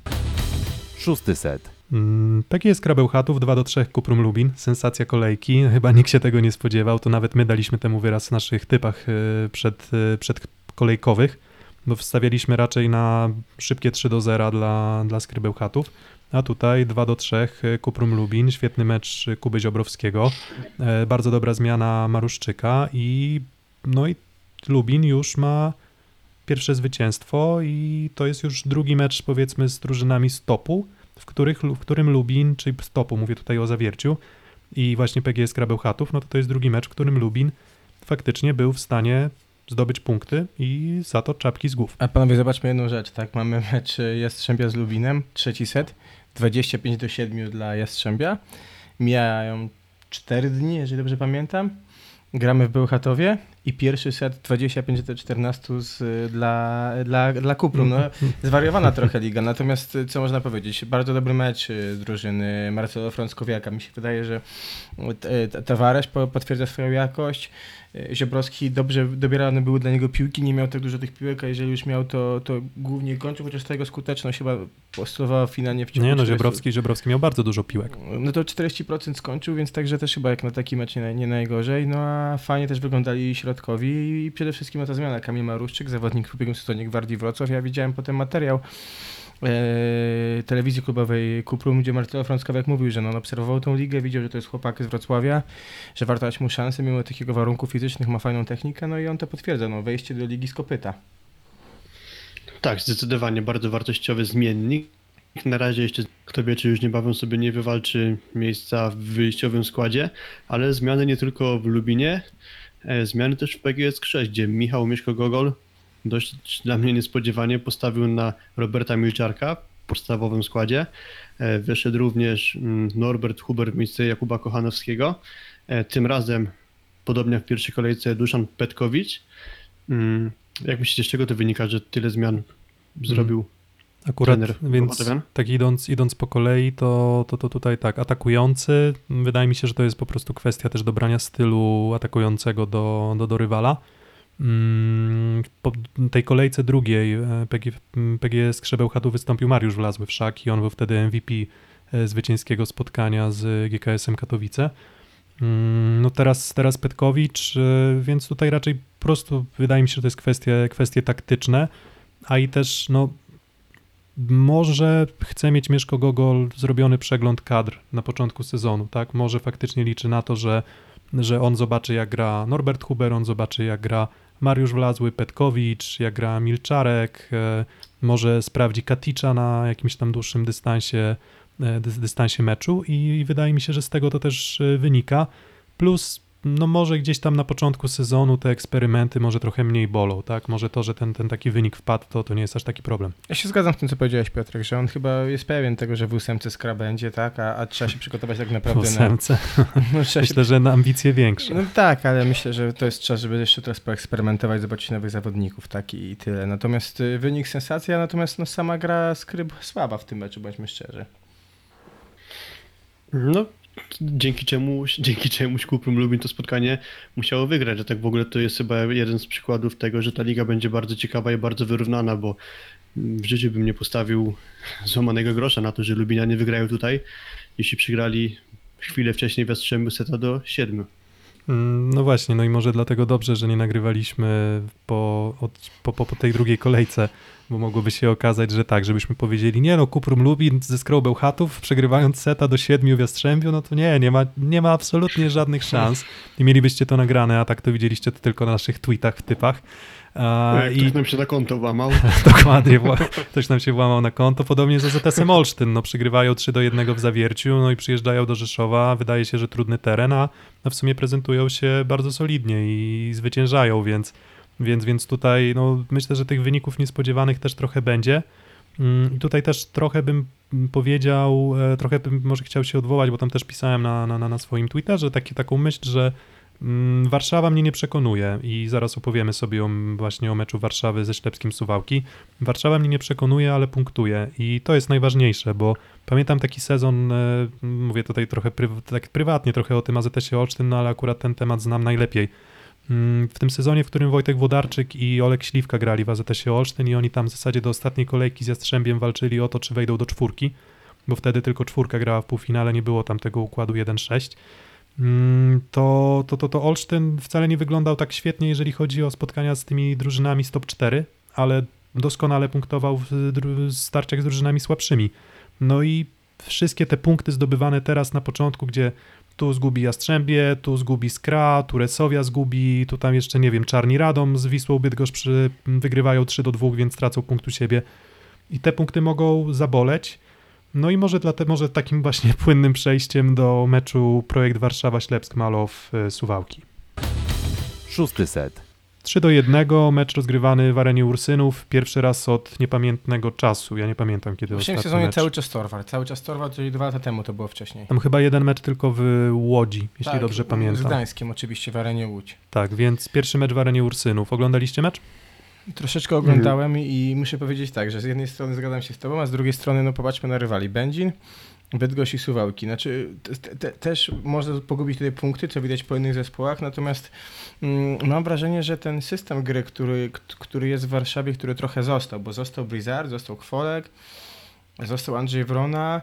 Szósty set. P G S Kra Bełchatów dwa do trzech Kuprum Lubin. Sensacja kolejki. Chyba nikt się tego nie spodziewał. To nawet my daliśmy temu wyraz w naszych typach e, przed, e, przedkolejkowych, bo wstawialiśmy raczej na szybkie trzy do zera dla, dla Skry Bełchatów. A tutaj dwa do trzech Kuprum Lubin, świetny mecz Kuby Ziobrowskiego, e, bardzo dobra zmiana Maruszczyka i no i Lubin już ma pierwsze zwycięstwo i to jest już drugi mecz powiedzmy z drużynami z topu, w, których, w którym Lubin, czyli z topu, mówię tutaj o Zawierciu i właśnie P G S Kra Bełchatów, no to to jest drugi mecz, w którym Lubin faktycznie był w stanie zdobyć punkty i za to czapki z głów. A panowie, zobaczmy jedną rzecz, tak, mamy mecz Jastrzębia z Lubinem, trzeci set, dwadzieścia pięć do siedmiu dla Jastrzębia, mijają cztery dni, jeżeli dobrze pamiętam, gramy w Bełchatowie i pierwszy set dwadzieścia pięć do czternastu z, dla, dla, dla Kuprum, no zwariowana trochę liga, natomiast co można powiedzieć, bardzo dobry mecz drużyny Marcelo Frąckowiaka, mi się wydaje, że Tavares potwierdza swoją jakość, Ziobrowski dobrze dobierane były dla niego piłki, nie miał tak dużo tych piłek, a jeżeli już miał, to, to głównie kończył, chociaż ta jego skuteczność chyba postulowała finalnie w ciągu Nie no, czterdziestu Ziobrowski, Ziobrowski miał bardzo dużo piłek. No to czterdzieści procent skończył, więc także też chyba jak na taki mecz nie, nie najgorzej. No a fajnie też wyglądali środkowi i przede wszystkim no ta zmiana. Kamil Maruszczyk, zawodnik w ubiegłym sezonie Gwardii Wrocław. Ja widziałem potem materiał e, telewizji klubowej Kuprum, gdzie Marcelo Frąckowiak mówił, że no, on obserwował tą ligę, widział, że to jest chłopak z Wrocławia, że warto dać mu szansę, mimo takiego warunków fizycznych, ma fajną technikę, no i on to potwierdza, no wejście do ligi z kopyta. Tak, zdecydowanie bardzo wartościowy zmiennik. Na razie jeszcze kto wie, czy już niebawem sobie nie wywalczy miejsca w wyjściowym składzie, ale zmiany nie tylko w Lubinie, e, zmiany też w P G S Krzeć, gdzie Michał Mieszko-Gogol dość dla mnie niespodziewanie postawił na Roberta Milczarka w podstawowym składzie. E, wyszedł również mm, Norbert Huber w miejsce Jakuba Kochanowskiego. E, tym razem, podobnie jak w pierwszej kolejce, Duszan Petkowicz. Mm, jak myślicie, z czego to wynika, że tyle zmian zrobił? Akurat, trener więc Bohaterem? tak idąc, idąc po kolei, to, to, to tutaj tak, atakujący, wydaje mi się, że to jest po prostu kwestia też dobrania stylu atakującego do, do, do rywala. Mm, Po tej kolejce drugiej P G, P G S Krzebełchatu wystąpił Mariusz Wlazły wszak i on był wtedy M V P zwycięskiego spotkania z G K S-em Katowice. Mm, No teraz, teraz Petkowicz, więc tutaj raczej po prostu wydaje mi się, że to jest kwestie, kwestie taktyczne, a i też no może chce mieć Mieszko Gogol zrobiony przegląd kadr na początku sezonu, tak? Może faktycznie liczy na to, że, że on zobaczy jak gra Norbert Huber, on zobaczy jak gra Mariusz Wlazły, Petkowicz, jak gra Milczarek, e, może sprawdzi Katicza na jakimś tam dłuższym dystansie, e, dy, dystansie meczu i, i wydaje mi się, że z tego to też e, wynika. Plus no może gdzieś tam na początku sezonu te eksperymenty może trochę mniej bolą, tak? Może to, że ten, ten taki wynik wpadł, to, to nie jest aż taki problem. Ja się zgadzam z tym, co powiedziałeś, Piotrek, że on chyba jest pewien tego, że w ósemce skra będzie, tak? A, a trzeba się przygotować tak W naprawdę ósemce. na... No, trzeba się... Myślę, że na ambicje większe. No tak, ale myślę, że to jest czas, żeby jeszcze teraz poeksperymentować, zobaczyć nowych zawodników, tak? I, i tyle. Natomiast y, wynik sensacja, natomiast no, sama gra skryb słaba w tym meczu, bądźmy szczerzy. No, dzięki czemu, dzięki czemuś Kuprum Lubin to spotkanie musiało wygrać, że tak w ogóle to jest chyba jeden z przykładów tego, że ta liga będzie bardzo ciekawa i bardzo wyrównana, bo w życiu bym nie postawił złamanego grosza na to, że Lubinianie wygrają tutaj, jeśli przegrali chwilę wcześniej w Jastrzębiu seta do siedmiu. No właśnie, no i może dlatego dobrze, że nie nagrywaliśmy po, od, po, po, po tej drugiej kolejce, bo mogłoby się okazać, że tak, żebyśmy powiedzieli, nie no, Kuprum Lubin ze Skrą Bełchatów, przegrywając seta do siedmiu w Jastrzębiu, no to nie, nie ma, nie ma absolutnie żadnych szans i mielibyście to nagrane, a tak to widzieliście to tylko na naszych tweetach, w typach. A, Jak i ktoś nam się na konto włamał. dokładnie, wła- ktoś nam się włamał na konto, podobnie z A Z S-em Olsztyn, no przygrywają trzy do jednego w Zawierciu, no i przyjeżdżają do Rzeszowa, wydaje się, że trudny teren, a no w sumie prezentują się bardzo solidnie i zwyciężają, więc, więc, więc tutaj no myślę, że tych wyników niespodziewanych też trochę będzie. I tutaj też trochę bym powiedział, e, trochę bym może chciał się odwołać, bo tam też pisałem na, na, na swoim Twitterze taki, taką myśl, że mm, Warszawa mnie nie przekonuje i zaraz opowiemy sobie o, właśnie o meczu Warszawy ze Ślepskim Suwałki. Warszawa mnie nie przekonuje, ale punktuje i to jest najważniejsze, bo pamiętam taki sezon, e, mówię tutaj trochę pryw- tak prywatnie trochę o tym A Z S-ie Olsztyn, no ale akurat ten temat znam najlepiej. W tym sezonie, w którym Wojtek Włodarczyk i Olek Śliwka grali w A Z S-ie Olsztyn i oni tam w zasadzie do ostatniej kolejki z Jastrzębiem walczyli o to, czy wejdą do czwórki, bo wtedy tylko czwórka grała w półfinale, nie było tam tego układu jeden sześć, to, to, to, to Olsztyn wcale nie wyglądał tak świetnie, jeżeli chodzi o spotkania z tymi drużynami z top cztery, ale doskonale punktował w dru- starciach z drużynami słabszymi. No i wszystkie te punkty zdobywane teraz na początku, gdzie tu zgubi Jastrzębie, tu zgubi Skra, tu Resowia zgubi, tu tam jeszcze, nie wiem, Czarni Radom z Wisłą Bydgoszcz przy, wygrywają trzy do dwóch, więc tracą punkt u siebie. I te punkty mogą zaboleć. No i może, dlatego, może takim właśnie płynnym przejściem do meczu Projekt Warszawa-Ślepsk-Malow Suwałki. Szósty set. trzy do jednego, mecz rozgrywany w arenie Ursynów, pierwszy raz od niepamiętnego czasu. Ja nie pamiętam, kiedy W ostatni tym sezonie mecz. cały czas Torwar, cały czas Torwar, czyli dwa lata temu to było wcześniej. Tam chyba jeden mecz tylko w Łodzi, jeśli Tak, dobrze z pamiętam. Gdańskiem oczywiście w arenie Łódź. Tak, więc pierwszy mecz w arenie Ursynów. Oglądaliście mecz? Troszeczkę oglądałem i muszę powiedzieć tak, że z jednej strony zgadzam się z tobą, a z drugiej strony no popatrzmy na rywali. Będzin, Bydgoszcz i Suwałki. Znaczy te, te, też można pogubić tutaj punkty, co widać po innych zespołach, natomiast mm, mam wrażenie, że ten system gry, który, k- który jest w Warszawie, który trochę został, bo został Blizzard, został Kwolek, został Andrzej Wrona,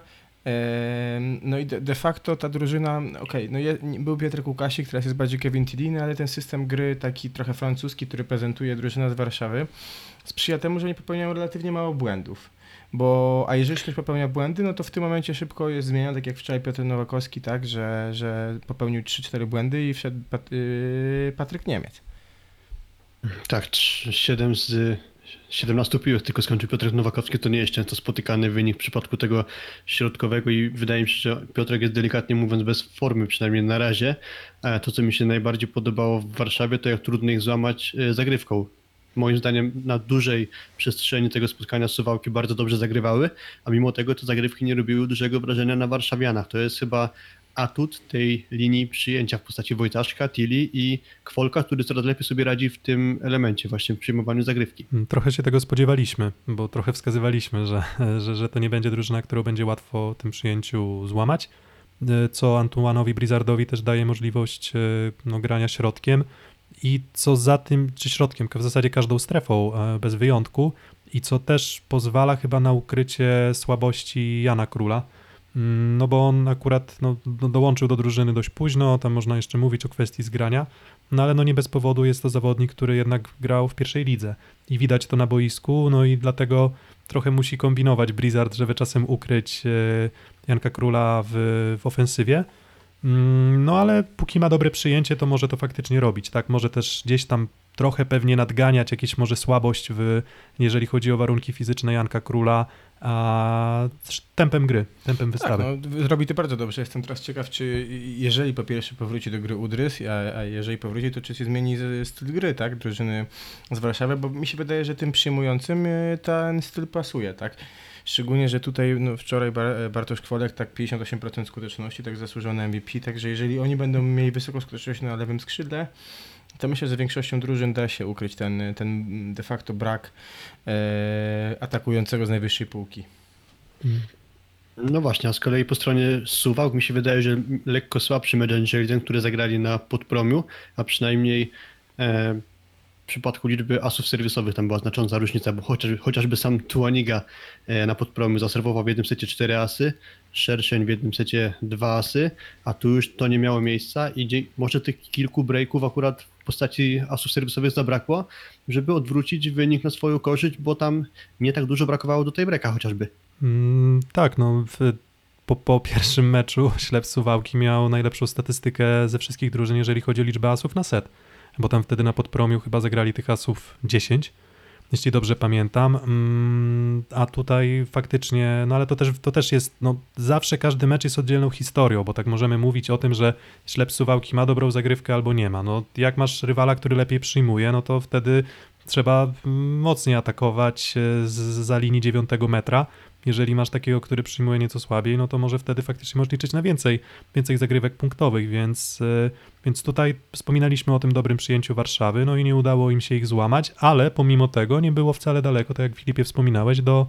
em, no i de, de facto ta drużyna, okej, no je, był Piotrek Łukasik, teraz jest bardziej Kevin Tilliny, ale ten system gry taki trochę francuski, który prezentuje drużyna z Warszawy, sprzyja temu, że oni popełniają relatywnie mało błędów. Bo, a jeżeli ktoś popełnia błędy, no to w tym momencie szybko jest zmieniane, tak jak wczoraj Piotr Nowakowski, tak, że, że popełnił trzy cztery błędy i wszedł Pat, yy, Patryk Niemiec. Tak, siedem z siedemnastu piłek tylko skończył Piotrek Nowakowski, to nie jest często spotykany wynik w przypadku tego środkowego i wydaje mi się, że Piotrek jest delikatnie mówiąc bez formy, przynajmniej na razie. A to, co mi się najbardziej podobało w Warszawie, to jak trudno ich złamać e, zagrywką. Moim zdaniem na dużej przestrzeni tego spotkania Suwałki bardzo dobrze zagrywały, a mimo tego te zagrywki nie robiły dużego wrażenia na warszawianach. To jest chyba atut tej linii przyjęcia w postaci Wojtaszka, Tili i Kwolka, który coraz lepiej sobie radzi w tym elemencie, właśnie w przyjmowaniu zagrywki. Trochę się tego spodziewaliśmy, bo trochę wskazywaliśmy, że, że, że to nie będzie drużyna, którą będzie łatwo w tym przyjęciu złamać, co Antoine'owi Blizzardowi też daje możliwość no, grania środkiem i co za tym, czy środkiem, w zasadzie każdą strefą bez wyjątku i co też pozwala chyba na ukrycie słabości Jana Króla, no bo on akurat no, do, dołączył do drużyny dość późno, tam można jeszcze mówić o kwestii zgrania, no ale no nie bez powodu jest to zawodnik, który jednak grał w pierwszej lidze i widać to na boisku, no i dlatego trochę musi kombinować Blizzard, żeby czasem ukryć e, Janka Króla w, w ofensywie. No ale póki ma dobre przyjęcie, to może to faktycznie robić, tak? Może też gdzieś tam trochę pewnie nadganiać jakieś może słabość, w, jeżeli chodzi o warunki fizyczne Janka Króla, a tempem gry, tempem wystawy. Tak, no, robi to bardzo dobrze. Jestem teraz ciekaw, czy jeżeli po pierwsze powróci do gry Udrys, a, a jeżeli powróci, to czy się zmieni styl gry, tak? Drużyny z Warszawy, bo mi się wydaje, że tym przyjmującym ten styl pasuje, tak? Szczególnie, że tutaj no, wczoraj Bar- Bartosz Kwolek tak pięćdziesiąt osiem procent skuteczności, tak zasłużony na M V P, także jeżeli oni będą mieli wysoką skuteczność na lewym skrzydle, to myślę, że większością drużyn da się ukryć ten, ten de facto brak e, atakującego z najwyższej półki. No właśnie, a z kolei po stronie Suwałk mi się wydaje, że lekko słabszy mecz aniżeli ten, który zagrali na Podpromiu, a przynajmniej e, w przypadku liczby asów serwisowych tam była znacząca różnica, bo chociaż, chociażby sam Tuaniga e, na Podpromiu zaserwował w jednym secie cztery asy, Szerszeń w jednym secie dwa asy, a tu już to nie miało miejsca i dzie- może tych kilku breaków akurat w postaci asów serwisowych zabrakło, żeby odwrócić wynik na swoją korzyść, bo tam nie tak dużo brakowało do tej breaka chociażby. Mm, tak, no w, po, po pierwszym meczu Ślep Suwałki miał najlepszą statystykę ze wszystkich drużyn, jeżeli chodzi o liczbę asów na set, bo tam wtedy na Podpromiu chyba zagrali tych asów dziesięć, jeśli dobrze pamiętam, mm, a tutaj faktycznie, no ale to też, to też jest, no zawsze każdy mecz jest oddzielną historią, bo tak możemy mówić o tym, że Ślep Suwałki ma dobrą zagrywkę albo nie ma, no jak masz rywala, który lepiej przyjmuje, no to wtedy trzeba mocniej atakować z, za linii dziewiątego metra. Jeżeli masz takiego, który przyjmuje nieco słabiej, no to może wtedy faktycznie możesz liczyć na więcej, więcej zagrywek punktowych, więc, więc tutaj wspominaliśmy o tym dobrym przyjęciu Warszawy, no i nie udało im się ich złamać, ale pomimo tego nie było wcale daleko, tak jak Filipie wspominałeś, do,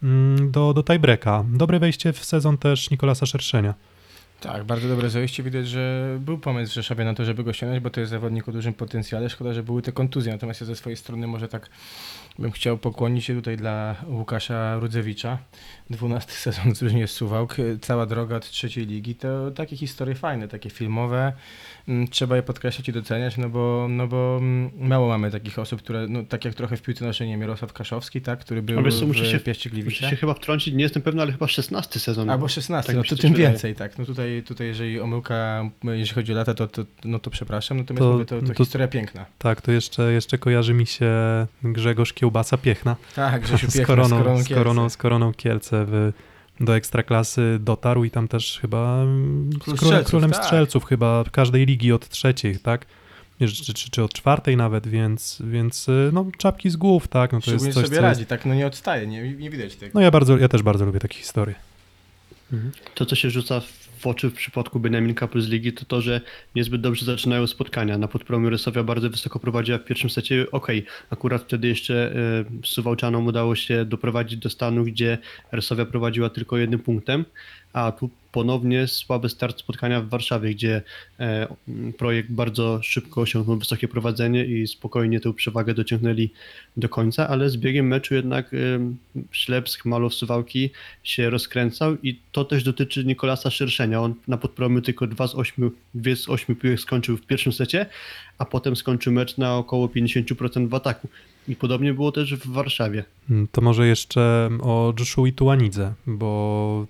do, do tiebreaka. Dobre wejście w sezon też Nikolasa Szerszenia. Tak, bardzo dobre zajście. Widać, że był pomysł w Rzeszowie na to, żeby go ściągnąć, bo to jest zawodnik o dużym potencjale. Szkoda, że były te kontuzje. Natomiast ja ze swojej strony może tak bym chciał pokłonić się tutaj dla Łukasza Rudzewicza. dwunasty sezon z drużynie Suwałk. Cała droga od trzeciej ligi. To takie historie fajne, takie filmowe. Trzeba je podkreślać i doceniać, no bo, no bo mało mamy takich osób, które, no tak jak trochę w piłce naszej, nie Mirosław Kaszowski, tak, który był wiesz co, muszę w się- Pieście Gliwice. Muszę się chyba wtrącić, nie jestem pewny, ale chyba szesnasty sezon. Albo szesnasty, Tak no mi się to też tym wydaje. więcej, tak. No tutaj, tutaj jeżeli omyłka, jeżeli chodzi o lata, to, to, no to przepraszam, natomiast To- mówię, to, to, to- historia piękna. Tak, to jeszcze, jeszcze kojarzy mi się Grzegorz Kiełbasa Piechna, Tak, Grzesiu z Piechna, koroną, z koroną z koroną, Kielce. z koroną Kielce w, do Ekstraklasy dotarł i tam też chyba mm, Król z królem, strzelców, królem tak. strzelców chyba każdej ligi od trzeciej, tak? Czy, czy, czy od czwartej nawet, więc, więc y, no czapki z głów, tak? No to Szczególnie jest coś, sobie co radzi, jest, tak, no nie odstaje, nie, nie widać tego. no ja bardzo, ja też bardzo lubię takie historie. To, co się rzuca w w oczy w przypadku Beniaminka plus ligi, to to, że niezbyt dobrze zaczynają spotkania. Na podpromiu Resowia bardzo wysoko prowadziła w pierwszym secie. Okej, okay, akurat wtedy jeszcze y, Suwałczanom udało się doprowadzić do stanu, gdzie Resowia prowadziła tylko jednym punktem, a tu ponownie słaby start spotkania w Warszawie, gdzie e, projekt bardzo szybko osiągnął wysokie prowadzenie i spokojnie tę przewagę dociągnęli do końca, ale z biegiem meczu jednak e, Ślepsk, Malow, Suwałki się rozkręcał i to też dotyczy Nikolasa Szerszenia. On na podpromiu tylko dwa z ośmiu, dwie z ośmiu piłek skończył w pierwszym secie, a potem skończył mecz na około pięćdziesiąt procent w ataku. I podobnie było też w Warszawie. To może jeszcze o Joshua Tułanidze, bo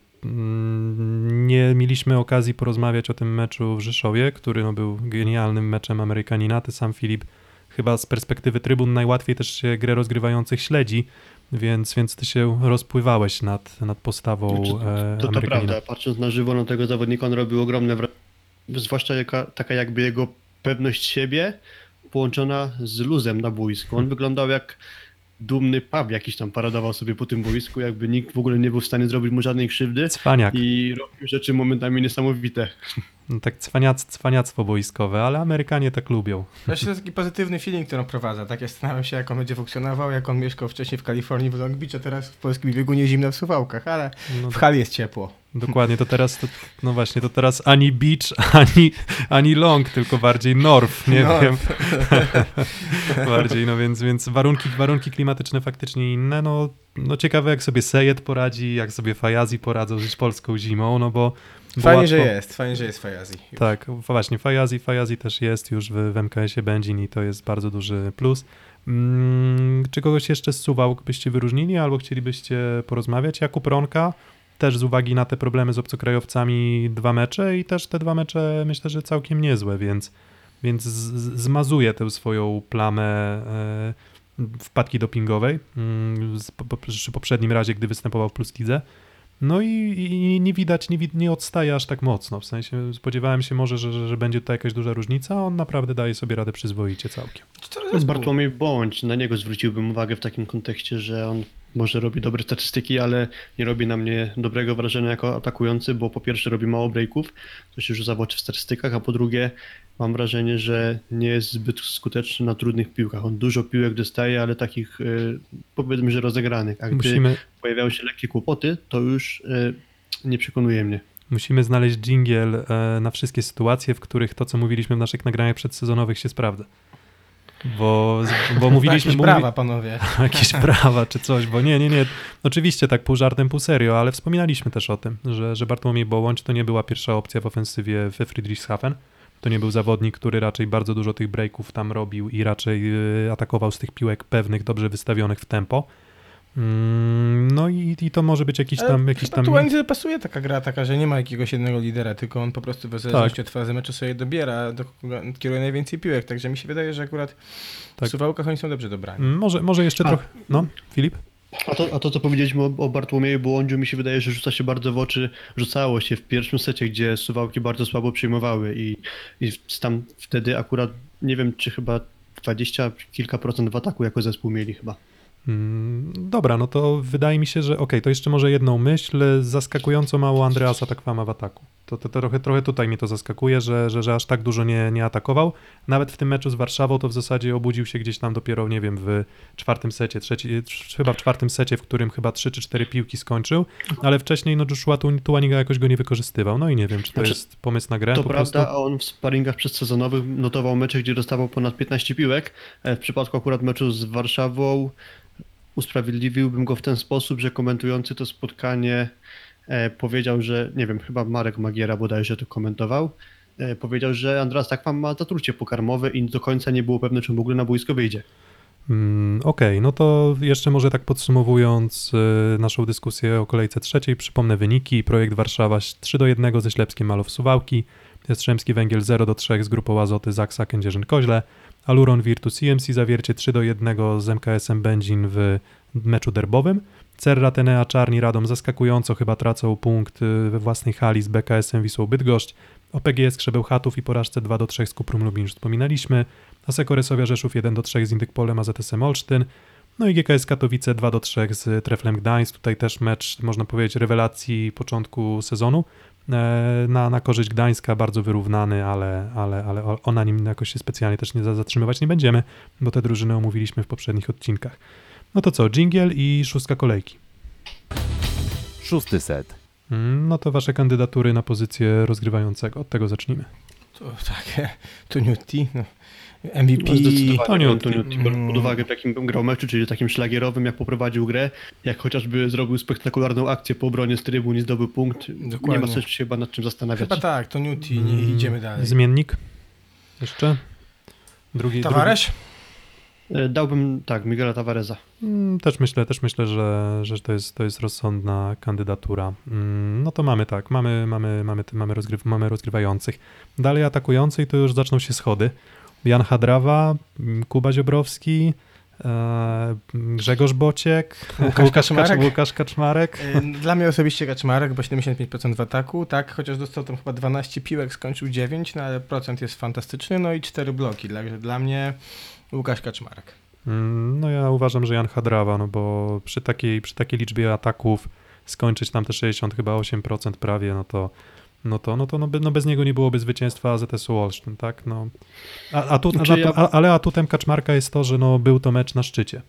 nie mieliśmy okazji porozmawiać o tym meczu w Rzeszowie, który no, był genialnym meczem Amerykanina. Ty sam, Filip, chyba z perspektywy trybun najłatwiej też się grę rozgrywających śledzi, więc, więc ty się rozpływałeś nad, nad postawą Znaczy, e, to, to Amerykanina. prawda, patrząc na żywo na tego zawodnika, on robił ogromne wrażenie, zwłaszcza jaka, taka jakby jego pewność siebie połączona z luzem na boisku. On wyglądał jak dumny pap jakiś tam paradował sobie po tym boisku, jakby nikt w ogóle nie był w stanie zrobić mu żadnej krzywdy. Cwaniak. I robił rzeczy momentami niesamowite. No, tak cwaniac, cwaniactwo boiskowe, ale Amerykanie tak lubią. Znaczy, to jest taki pozytywny feeling, który on prowadza. Tak, ja zastanawiam się, jak on będzie funkcjonował, jak on mieszkał wcześniej w Kalifornii, w Long Beach, a teraz w polskim biegunie zimno w Suwałkach, ale No, w hali jest ciepło. dokładnie, to teraz, to, no właśnie, to teraz ani beach, ani, ani long, tylko bardziej north, nie North. wiem. bardziej, no więc, więc warunki, warunki klimatyczne faktycznie inne, no, no ciekawe jak sobie Sejet poradzi, jak sobie Fajazi poradzą z polską zimą, no bo bo Fajnie, łatwo- że jest, fajnie, że jest Fajazi. już. Tak, właśnie, Fajazi, Fajazi też jest już w, w M K S-ie Będzin i to jest bardzo duży plus. Mm, czy kogoś jeszcze z Suwałk byście wyróżnili albo chcielibyście porozmawiać? Jakub Ronka, też z uwagi na te problemy z obcokrajowcami dwa mecze i też te dwa mecze myślę, że całkiem niezłe, więc, więc z, z- zmazuje tę swoją plamę e, wpadki dopingowej mm, z, po, po, przy poprzednim razie, gdy występował w Plus Lidze. No i, i nie widać, nie, wid- nie odstaje aż tak mocno, w sensie spodziewałem się może, że, że, że będzie tutaj jakaś duża różnica, a on naprawdę daje sobie radę przyzwoicie całkiem. To To jest jest Bartłomiej Bądź, na niego zwróciłbym uwagę w takim kontekście, że on może robi dobre statystyki, ale nie robi na mnie dobrego wrażenia jako atakujący, bo po pierwsze robi mało breaków, to się rzuca w oczy w statystykach, a po drugie mam wrażenie, że nie jest zbyt skuteczny na trudnych piłkach. On dużo piłek dostaje, ale takich y, powiedzmy, że rozegranych, a gdy Musimy, pojawiają się lekkie kłopoty, to już y, nie przekonuje mnie. musimy znaleźć dżingiel e, na wszystkie sytuacje, w których to, co mówiliśmy w naszych nagraniach przedsezonowych się sprawdza. Bo, bo mówiliśmy... Jakieś mówi- brawa, panowie. jakieś prawa czy coś, bo nie, nie, nie. Oczywiście tak pół żartem, pół serio, ale wspominaliśmy też o tym, że, że Bartłomiej Bołądź to nie była pierwsza opcja w ofensywie we Friedrichshafen. To nie był zawodnik, który raczej bardzo dużo tych breaków tam robił i raczej y, atakował z tych piłek pewnych, dobrze wystawionych w tempo. Mm, no i, i to może być jakiś tam... Jakiś tam... Tu Łędzy pasuje taka gra, taka, że nie ma jakiegoś jednego lidera, tylko on po prostu w zależności Tak. od fazy meczu sobie dobiera, do kogo kieruje najwięcej piłek, także mi się wydaje, że akurat Tak. w Suwałkach oni są dobrze dobrani. Mm, Może, może jeszcze A. trochę... No, Filip? A to, a to co powiedzieliśmy o, o Bartłomieju Błądziu, mi się wydaje, że rzuca się bardzo w oczy, rzucało się w pierwszym secie, gdzie Suwałki bardzo słabo przyjmowały i, i tam wtedy akurat, nie wiem, czy chyba dwadzieścia kilka procent w ataku jako zespół mieli chyba. Mm, Dobra, no to wydaje mi się, że okej, to jeszcze może jedną myśl. Zaskakująco mało Andreasa Takwama w ataku. To, to, to trochę, trochę tutaj mnie to zaskakuje, że, że, że aż tak dużo nie, nie atakował. Nawet w tym meczu z Warszawą to w zasadzie obudził się gdzieś tam dopiero, nie wiem, w czwartym secie, trzeci, trz- chyba w czwartym secie, w którym chyba trzy czy cztery piłki skończył, ale wcześniej no Joshua Tu- Tułaniga jakoś go nie wykorzystywał. No i nie wiem, czy to Znaczy, jest pomysł na grę To po prawda, prostu. a on w sparingach przedsezonowych notował mecze, gdzie dostawał ponad piętnaście piłek. E, W przypadku akurat meczu z Warszawą usprawiedliwiłbym go w ten sposób, że komentujący to spotkanie e, powiedział, że, nie wiem, chyba Marek Magiera bodajże to komentował, e, powiedział, że Andreas Takwam ma zatrucie pokarmowe i do końca nie było pewne, czy w ogóle na boisko wyjdzie. Mm, Okej, no to jeszcze może tak podsumowując y, naszą dyskusję o kolejce trzeciej, przypomnę wyniki. Projekt Warszawa trzy do jednego ze Ślepskiem Malow Suwałki, Jastrzębski Węgiel zero do trzech z grupą Azoty Zaksa Kędzierzyn-Koźle, Aluron Virtus C M C Zawiercie trzy do jednego z M K S-em Będzin w meczu derbowym, Cerra Tenea Czarni Radom zaskakująco chyba tracą punkt y, we własnej hali z B K S-em Wisłą Bydgoszcz, O P G S Krzebełchatów i porażce dwa do trzech z Kuprum Lubin już wspominaliśmy, Asseco Resowia Rzeszów jeden do trzech z Indykpolem A Z S M Olsztyn, no i G K S Katowice dwa do trzech z Treflem Gdańsk. Tutaj też mecz, można powiedzieć, rewelacji początku sezonu. e, na, na korzyść Gdańska, bardzo wyrównany, ale, ale, ale o, o na nim jakoś się specjalnie też nie zatrzymywać nie będziemy, bo te drużyny omówiliśmy w poprzednich odcinkach. No to co, dżingiel i szóstka kolejki. Szósty set. Mm, No to wasze kandydatury na pozycję rozgrywającego, od tego zacznijmy. To tak, Toniutti, no, M V P. No, zdecydowanie Tonio, Antonio Timor pod uwagę w jakim grał meczu, czyli takim szlagierowym, jak poprowadził grę, jak chociażby zrobił spektakularną akcję po obronie z trybun i zdobył punkt. Dokładnie. Nie ma coś się chyba nad czym zastanawiać. Chyba tak, Toniutti, nie Mm, idziemy dalej. Zmiennik? Jeszcze? Drugi, Tavares? E, Dałbym tak, Miguela Tavareza. Mm, Też myślę, też myślę, że, że to, jest, to jest rozsądna kandydatura. Mm, No to mamy tak, mamy, mamy, mamy, mamy, rozgryw, mamy rozgrywających. Dalej atakujących to już zaczną się schody. Jan Hadrawa, mm, Kuba Ziobrowski, e, Grzegorz Bociek, Łukasz Kaczmarek. Łukasz Kaczmarek. Y, Dla mnie osobiście Kaczmarek, bo siedemdziesiąt pięć procent w ataku, tak, chociaż dostał tam chyba dwanaście piłek, skończył dziewięć, no ale procent jest fantastyczny, no i cztery bloki, także dla mnie Łukasz Kaczmarek. Mm, No ja uważam, że Jan Hadrawa, no bo przy takiej, przy takiej liczbie ataków skończyć tam te sześćdziesiąt chyba osiem procent prawie, no to no to, no to no, be- no bez niego nie byłoby zwycięstwa A Z S u Olsztyn, tak? No. A, a tu, Znaczy a, ja- a, ale atutem Kaczmarka jest to, że no, był to mecz na szczycie.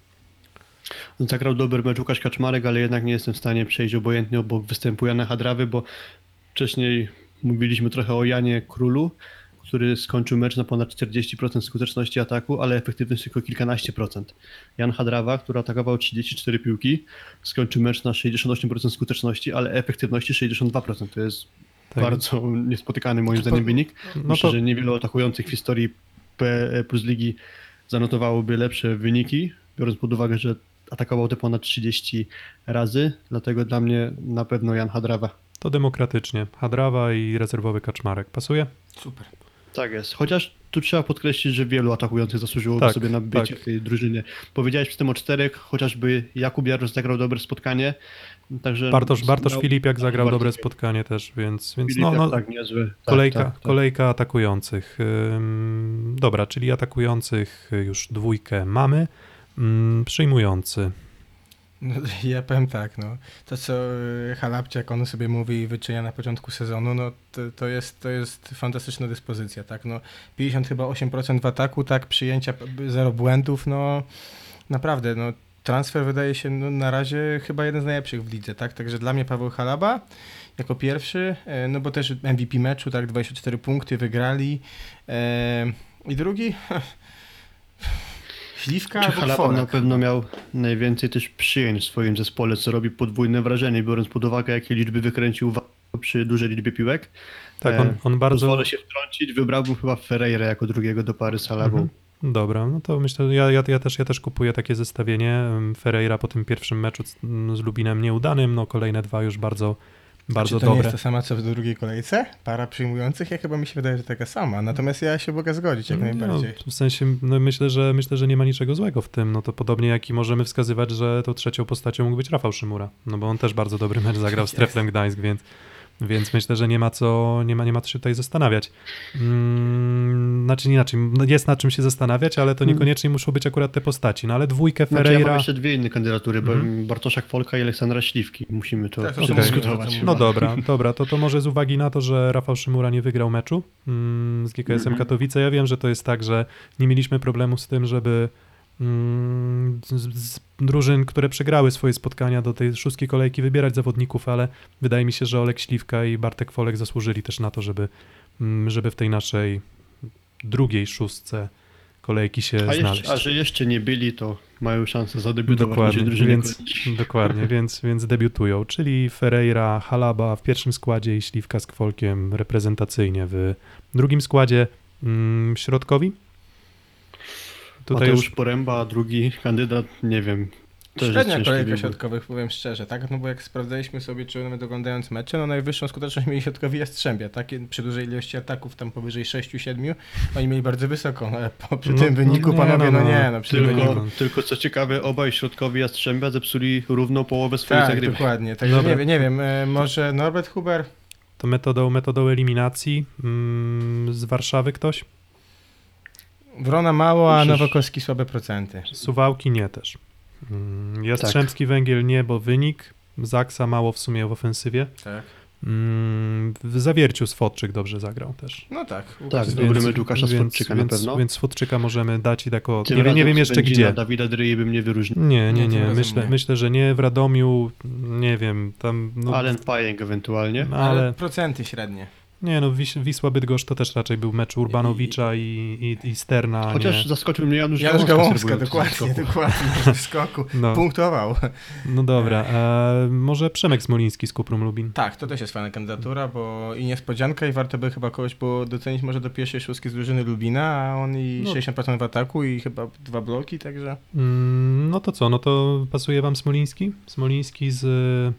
Zagrał dobry mecz Łukasz Kaczmarek, ale jednak nie jestem w stanie przejść obojętnie obok występu Jana Hadrawy, bo wcześniej mówiliśmy trochę o Janie Królu, który skończył mecz na ponad czterdzieści procent skuteczności ataku, ale efektywność tylko kilkanaście procent. Jan Hadrawa, który atakował trzydzieści cztery piłki, skończył mecz na sześćdziesiąt osiem procent skuteczności, ale efektywności sześćdziesiąt dwa procent. To jest Tak. bardzo niespotykany moim zdaniem wynik. No Myślę, to że niewielu atakujących w historii P plus ligi zanotowałoby lepsze wyniki, biorąc pod uwagę, że atakował te ponad trzydzieści razy, dlatego dla mnie na pewno Jan Hadrawa. To demokratycznie. Hadrawa i rezerwowy Kaczmarek. Pasuje? Super. Tak jest, chociaż tu trzeba podkreślić, że wielu atakujących zasłużyłoby Tak, sobie na bycie tak. w tej drużynie. Powiedziałeś przy tym o czterech, chociażby Jakub Jarosz zagrał dobre spotkanie, także... Bartosz, Bartosz no, Filipiak zagrał Bartosz dobre Filipiak. spotkanie też, więc, więc no, Filipiak, no, tak, niezły. Tak, kolejka, tak, tak. kolejka atakujących. Ym, Dobra, czyli atakujących już dwójkę mamy. Ym, Przyjmujący. No, ja powiem tak, no, to co y, Halapciak, on sobie mówi i wyczynia na początku sezonu, no to, to, jest, to jest fantastyczna dyspozycja, tak, no pięćdziesiąt chyba osiem procent w ataku, tak, przyjęcia p- zero błędów, no naprawdę, no transfer wydaje się no, na razie chyba jeden z najlepszych w lidze, tak, także dla mnie Paweł Halaba jako pierwszy, e, no bo też M V P meczu, tak, dwadzieścia cztery punkty wygrali e, i drugi Śliwka Czy albo Halaba na Kworak. pewno miał najwięcej też przyjęć w swoim zespole, co robi podwójne wrażenie, biorąc pod uwagę, jakie liczby wykręcił przy dużej liczbie piłek. Tak, on, on bardzo... Pozwolę się wtrącić, wybrałbym chyba Ferreira jako drugiego do pary z Halabą. Mhm. Dobra, no to myślę, ja, ja, ja, też, ja też kupuję takie zestawienie. Ferreira po tym pierwszym meczu z, z Lubinem nieudanym, no kolejne dwa już bardzo, bardzo Czy to dobre. nie jest to sama co w drugiej kolejce? Para przyjmujących? Ja chyba mi się wydaje, że taka sama. Natomiast ja się mogę zgodzić jak najbardziej. No, w sensie no myślę, że myślę, że nie ma niczego złego w tym. No to podobnie jak i możemy wskazywać, że tą trzecią postacią mógł być Rafał Szymura. No bo on też bardzo dobry mecz zagrał z Treflem Gdańsk, więc, więc myślę, że nie ma co, nie ma, nie ma co się tutaj zastanawiać. Mm, znaczy inaczej, no jest nad czym się zastanawiać, ale to niekoniecznie muszą być akurat te postaci. No ale dwójkę Znaczy, ja Ferreira... mam jeszcze dwie inne kandydatury, bo Mhm. Bartosza Kwolka i Aleksandra Śliwki. Musimy to Tak, to są przedyskutować. mówię, No dobra, dobra, to, to może z uwagi na to, że Rafał Szymura nie wygrał meczu mm, z G K S-em Mhm. Katowice, ja wiem, że to jest tak, że nie mieliśmy problemu z tym, żeby mm, z, z drużyn, które przegrały swoje spotkania do tej szóstej kolejki wybierać zawodników, ale wydaje mi się, że Olek Śliwka i Bartek Folek zasłużyli też na to, żeby, mm, żeby w tej naszej drugiej szóstce kolejki się A, znaleźć. jeszcze, a że jeszcze nie byli, to mają szansę zadebiutować w naszej Dokładnie, drużynie. więc, dokładnie więc, więc debiutują, czyli Ferreira, Halaba w pierwszym składzie i Śliwka z Kwolkiem reprezentacyjnie w drugim składzie. Mm, środkowi? Tutaj Mateusz już Poręba, a drugi kandydat, nie wiem. Też jest Średnia ciężki kolejka wybór. środkowych, powiem szczerze, tak? No bo jak sprawdzaliśmy sobie, czy nawet oglądając mecze, no najwyższą skuteczność mieli środkowi Jastrzębia, tak? Przy dużej ilości ataków, tam powyżej sześć siedem, oni mieli bardzo wysoką, ale po, przy No, tym wyniku, nie, panowie, no, no no. nie, no przy tym Tylko, wyniku. tylko co ciekawe, obaj środkowi Jastrzębia zepsuli równo połowę swoich Tak, zagrywek. dokładnie, także Dobra. nie, wiem, nie wiem, e, może Norbert Huber? to metodą, metodą eliminacji mm, z Warszawy ktoś? Wrona mało, a Przecież- Nowakowski słabe procenty. Suwałki nie też. Mm, Jastrzębski Węgiel nie, bo wynik. Zaksa mało w sumie w ofensywie. Tak. Mm, w Zawierciu Swodczyk dobrze zagrał też. No tak. Tak, Łukasz dobry Więc- mecz Łukasza Swodczyka na więc, pewno. Więc Swodczyka możemy dać i tako... Tym Nie, wiem- nie razem wiem jeszcze Swędzina gdzie. Dawida Dryi bym nie wyróżnił. Nie, nie, Nie, tym nie. razem Myślę, nie. myślę, że nie. W Radomiu, nie wiem, tam... No, Allen Pajęk ewentualnie. no, Ale ale... procenty średnie. Nie no, Wis- Wisła Bydgoszcz to też raczej był mecz Urbanowicza i, i, i Sterna, a Chociaż nie... zaskoczył mnie Janusz, No, Janusz Gałązka, Gałązka, serwujący dokładnie, w skoku. dokładnie, w skoku. No. Punktował. No dobra, e, może Przemek Smoliński z Kuprum Lubin. Tak, to też jest fajna kandydatura, bo i niespodzianka i warto by chyba kogoś było docenić może do pierwszej szóstki z drużyny Lubina, a on i No. sześćdziesiąt procent w ataku i chyba dwa bloki, także... Mm, no to co, no to pasuje wam Smoliński? Smoliński z,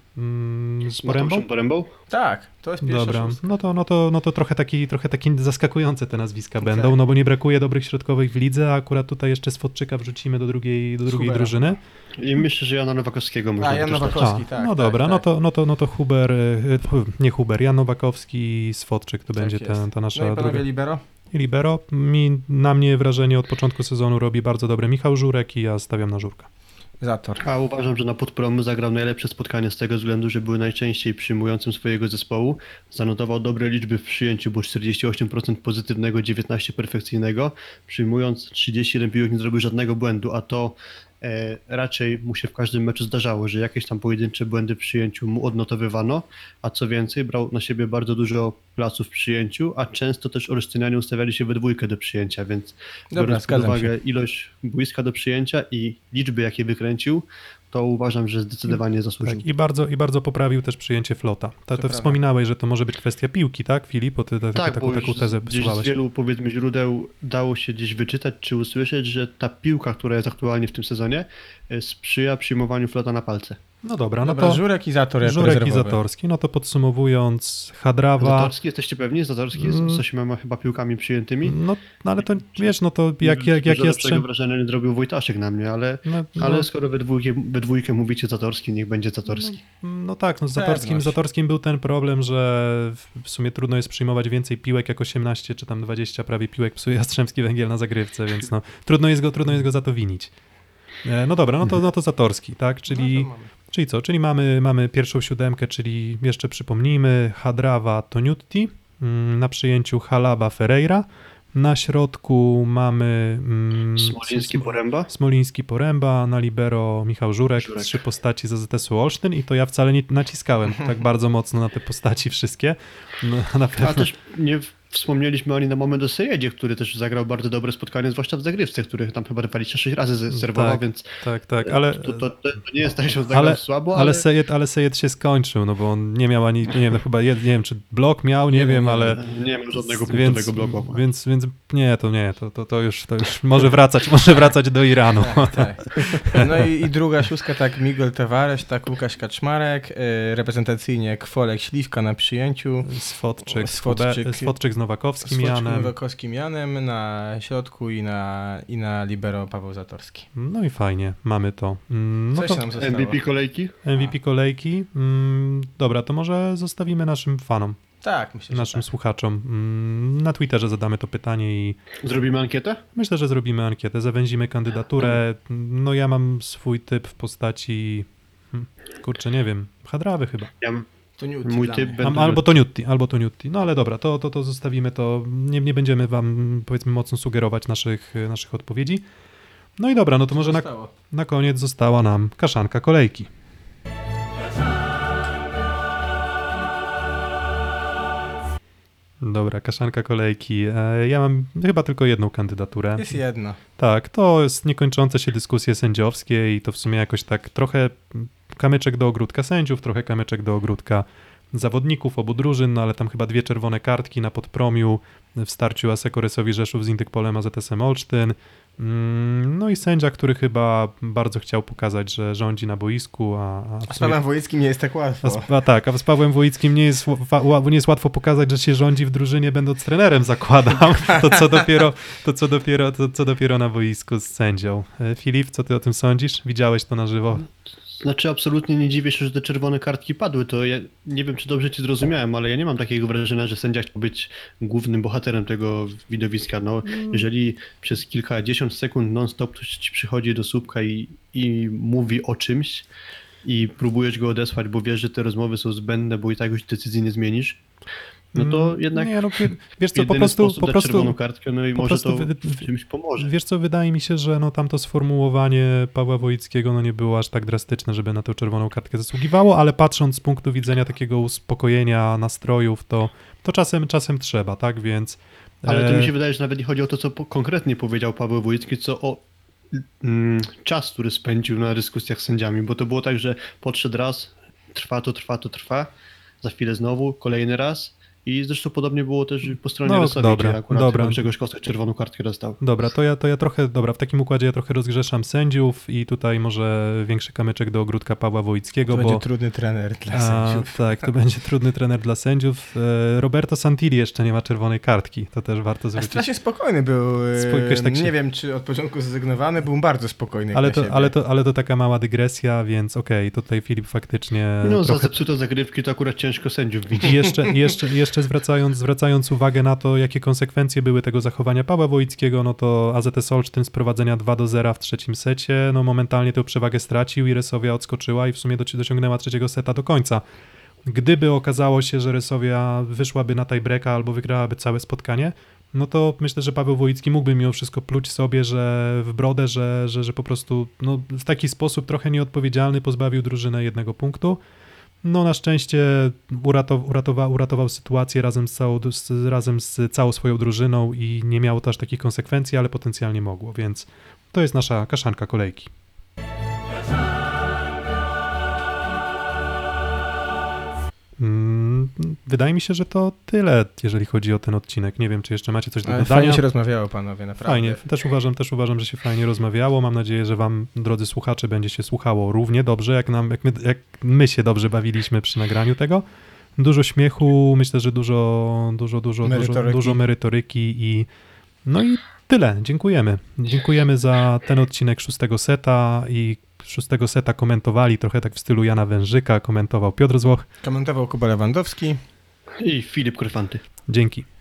mm, z Porębą? Mateuszem Porębą? Tak, to jest pierwsza Dobra, szóstka. no to, no to, no to trochę, taki, trochę taki zaskakujące te nazwiska będą, Tak. no bo nie brakuje dobrych środkowych w lidze, a akurat tutaj jeszcze Swodczyka wrzucimy do drugiej, do drugiej Hubera. drużyny. I myślę, że Jana Nowakowskiego można A, by Jan też dać. Nowakowski. A, tak, no tak, dobra, tak. no, to, no, to, no to Huber, y, nie Huber, Jan Nowakowski, Swodczyk to Tak będzie jest. ta, ta nasza No i druga. panowie libero? I libero. Mi, na mnie wrażenie od początku sezonu robi bardzo dobre Michał Żurek i ja stawiam na Żurka. Zator. A uważam, że na Podpromu zagrał najlepsze spotkanie z tego względu, że był najczęściej przyjmującym swojego zespołu. Zanotował dobre liczby w przyjęciu, bo czterdzieści osiem procent pozytywnego, dziewiętnaście procent perfekcyjnego. Przyjmując trzydzieści jeden piłek nie zrobił żadnego błędu, a to e, raczej mu się w każdym meczu zdarzało, że jakieś tam pojedyncze błędy w przyjęciu mu odnotowywano, a co więcej brał na siebie bardzo dużo placu w przyjęciu, a często też olsztynianie ustawiali się we dwójkę do przyjęcia, więc Dobra, biorąc pod zgadzam uwagę się. ilość boiska do przyjęcia i liczby, jakie wykręcił, to uważam, że zdecydowanie zasłużył. Tak, i bardzo, i bardzo poprawił też przyjęcie Flota. Ta, To to prawda. wspominałeś, że to może być kwestia piłki, tak, Filip? Bo ty ta, Tak, taką, bo taką już tezę gdzieś z wysuwałeś. wielu powiedzmy źródeł dało się gdzieś wyczytać czy usłyszeć, że ta piłka, która jest aktualnie w tym sezonie, e, sprzyja przyjmowaniu Flota na palce. No dobra, no Dobra, to Żurek i Zator jako Żurek i rezerwowy. Zatorski. No to podsumowując, Hadrawa... Zatorski, jesteście pewni? Zatorski Mm. z ośmioma chyba piłkami przyjętymi? No, no ale to wiesz, no to jak, jak, jak Dużo jest... lepszego wrażenia nie zrobił Wojtaszek na mnie, ale, No, no, ale skoro we dwójkę, we dwójkę mówicie Zatorski, niech będzie Zatorski. no tak, no z Zatorskim, Pewność. z Zatorskim był ten problem, że w- w sumie trudno jest przyjmować więcej piłek, jak osiemnaście czy tam dwadzieścia prawie piłek psuje Jastrzębski Węgiel na zagrywce, więc no trudno jest go, trudno jest go za to winić. E, No dobra, no to, no to Zatorski, tak, czyli... No to mamy. Czyli co? Czyli mamy, mamy pierwszą siódemkę, czyli jeszcze przypomnijmy Hadrawa Toniutti, mm, na przyjęciu Halaba Ferreira, na środku mamy mm, Smoliński Sm- Poręba? Smoliński Poręba, na libero Michał Żurek, Żurek. trzy postaci z A Z S-u Olsztyn i to ja wcale nie naciskałem tak bardzo mocno na te postaci wszystkie. No, na A pewno. też nie wspomnieliśmy ani na moment o Sejedzie, który też zagrał bardzo dobre spotkanie, zwłaszcza w zagrywce, który tam chyba dwadzieścia sześć razy z- serwował, Tak, więc Tak, tak, ale... to, to, to nie jest tak, że on zagrał Ale, słabo, ale, ale, Sejed, ale Sejed się skończył, no bo on nie miał ani, nie wiem, no chyba jed, nie wiem, czy blok miał, nie, Nie wiem, wiem, nie ale... nie ma żadnego Więc, punktowego bloku. więc, więc nie, to nie, to, to, to, już, to już może wracać, może wracać do Iranu. Tak. No i, i druga szóstka, tak Miguel Tavares, tak Łukasz Kaczmarek, y, reprezentacyjnie Kwolek Śliwka na przyjęciu, Swodczyk, Swodczyk. Swodczyk, Swodczyk z Nowakowskim z Janem. Nowakowskim Janem na środku i na, i na libero Paweł Zatorski. No i fajnie, mamy to. Mm, No Coś to nam zostało. M V P kolejki? M V P kolejki. Mm, Dobra, to może zostawimy naszym fanom, Tak, myślę, naszym że tak. słuchaczom. Mm, Na Twitterze zadamy to pytanie i Zrobimy ankietę? myślę, że zrobimy ankietę, zawęzimy kandydaturę. No ja mam swój typ w postaci, hmm, kurczę, nie wiem, Hadrawy chyba. Ja, To Newt mój dla typ mnie. będzie... Am- Albo Toniutti, albo Toniutti. No ale dobra, to, to, to zostawimy to. Nie, nie będziemy wam, powiedzmy, mocno sugerować naszych, naszych odpowiedzi. No i dobra, no to może na, Zostało. na koniec została nam kaszanka kolejki. Dobra, kaszanka kolejki. E, Ja mam chyba tylko jedną kandydaturę. Jest jedno. Tak, to jest niekończące się dyskusje sędziowskie i to w sumie jakoś tak trochę kamyczek do ogródka sędziów, trochę kamyczek do ogródka zawodników obu drużyn, no ale tam chyba dwie czerwone kartki na Podpromiu w starciu Asekorysowi Rzeszów z Intykpolem A Z S-em Olsztyn. Mm, No i sędzia, który chyba bardzo chciał pokazać, że rządzi na boisku, a, a w A z sumie... Pawłem Wojickim nie jest tak A, łatwo. z, a tak, a z Pawłem Wojickim nie jest, wa- ła- nie jest łatwo pokazać, że się rządzi w drużynie, będąc trenerem, zakładam. To co dopiero, to co dopiero, to co dopiero na boisku z sędzią. E, Filip, co ty o tym sądzisz? Widziałeś to na żywo? Znaczy absolutnie nie dziwię się, że te czerwone kartki padły, to ja nie wiem, czy dobrze cię zrozumiałem, ale ja nie mam takiego wrażenia, że sędzia chciał być głównym bohaterem tego widowiska. No, jeżeli przez kilkadziesiąt sekund non-stop ktoś ci przychodzi do słupka i, i mówi o czymś, i próbujesz go odesłać, bo wiesz, że te rozmowy są zbędne, bo i tak już decyzji nie zmienisz, no to Mm, jednak Nie, no, wie- wiesz co, po jedyny prostu, sposób po dać prostu, czerwoną kartkę, no i po może prostu to wy- w czymś pomoże. wiesz co, wydaje mi się, że no tamto sformułowanie Pawła Wojickiego no nie było aż tak drastyczne, żeby na tę czerwoną kartkę zasługiwało, ale patrząc z punktu widzenia takiego uspokojenia nastrojów, to, to czasem, czasem trzeba, tak, więc... Ale to e, mi się wydaje, że nawet nie chodzi o to, co po- konkretnie powiedział Paweł Wojicki, co o mm, czas, który spędził na dyskusjach z sędziami, bo to było tak, że podszedł raz, trwa to, trwa to, trwa, za chwilę znowu, kolejny raz i zresztą podobnie było też po stronie No, Rysowi, dobra, gdzie akurat dobra. Grzegorz Kostek czerwoną kartkę dostał. Dobra, to ja, to ja trochę, dobra, w takim układzie ja trochę rozgrzeszam sędziów i tutaj może większy kamyczek do ogródka Pawła Wojickiego, To bo... będzie trudny trener dla A, sędziów. tak, to będzie trudny trener dla sędziów. E, Roberto Santilli jeszcze nie ma czerwonej kartki, to też warto A zwrócić. strasznie spokojny był. e, Spoko- jakoś tak się- Nie wiem, czy od początku zrezygnowany, był bardzo spokojny. Ale jak na to, siebie. ale, to, ale to taka mała dygresja, więc okej, tutaj Filip faktycznie No za trochę... zepsute zagrywki to akurat ciężko sędziów widzieć. I jeszcze, i jeszcze, i jeszcze zwracając, zwracając uwagę na to, jakie konsekwencje były tego zachowania Pawła Wojickiego, no to A Z S Olsztyn z prowadzenia dwa do zera w trzecim secie, no momentalnie tę przewagę stracił i Resowia odskoczyła i w sumie doci- dociągnęła trzeciego seta do końca. Gdyby okazało się, że Resowia wyszłaby na tiebreaka albo wygrałaby całe spotkanie, no to myślę, że Paweł Wojicki mógłby mimo wszystko pluć sobie, że w brodę, że, że, że po prostu no, w taki sposób trochę nieodpowiedzialny pozbawił drużynę jednego punktu. No na szczęście uratow, uratowa, uratował sytuację razem z, całą, z, razem z całą swoją drużyną i nie miało to aż takich konsekwencji, ale potencjalnie mogło, więc to jest nasza kaszanka kolejki. Mm, Wydaje mi się, że to tyle, jeżeli chodzi o ten odcinek. Nie wiem, czy jeszcze macie coś do Ale dodania. fajnie się rozmawiało, panowie, naprawdę. Fajnie, też uważam, też uważam, że się fajnie rozmawiało. Mam nadzieję, że wam, drodzy słuchacze, będzie się słuchało równie dobrze, jak, nam, jak, my, jak my się dobrze bawiliśmy przy nagraniu tego. Dużo śmiechu, myślę, że dużo, dużo, dużo, dużo, Merytoryki. dużo merytoryki i no i tyle. Dziękujemy. Dziękujemy za ten odcinek szóstego seta i szóstego seta komentowali trochę tak w stylu Jana Wężyka, komentował Piotr Złoch. Komentował Kuba Lewandowski. I Filip Korfanty. Dzięki.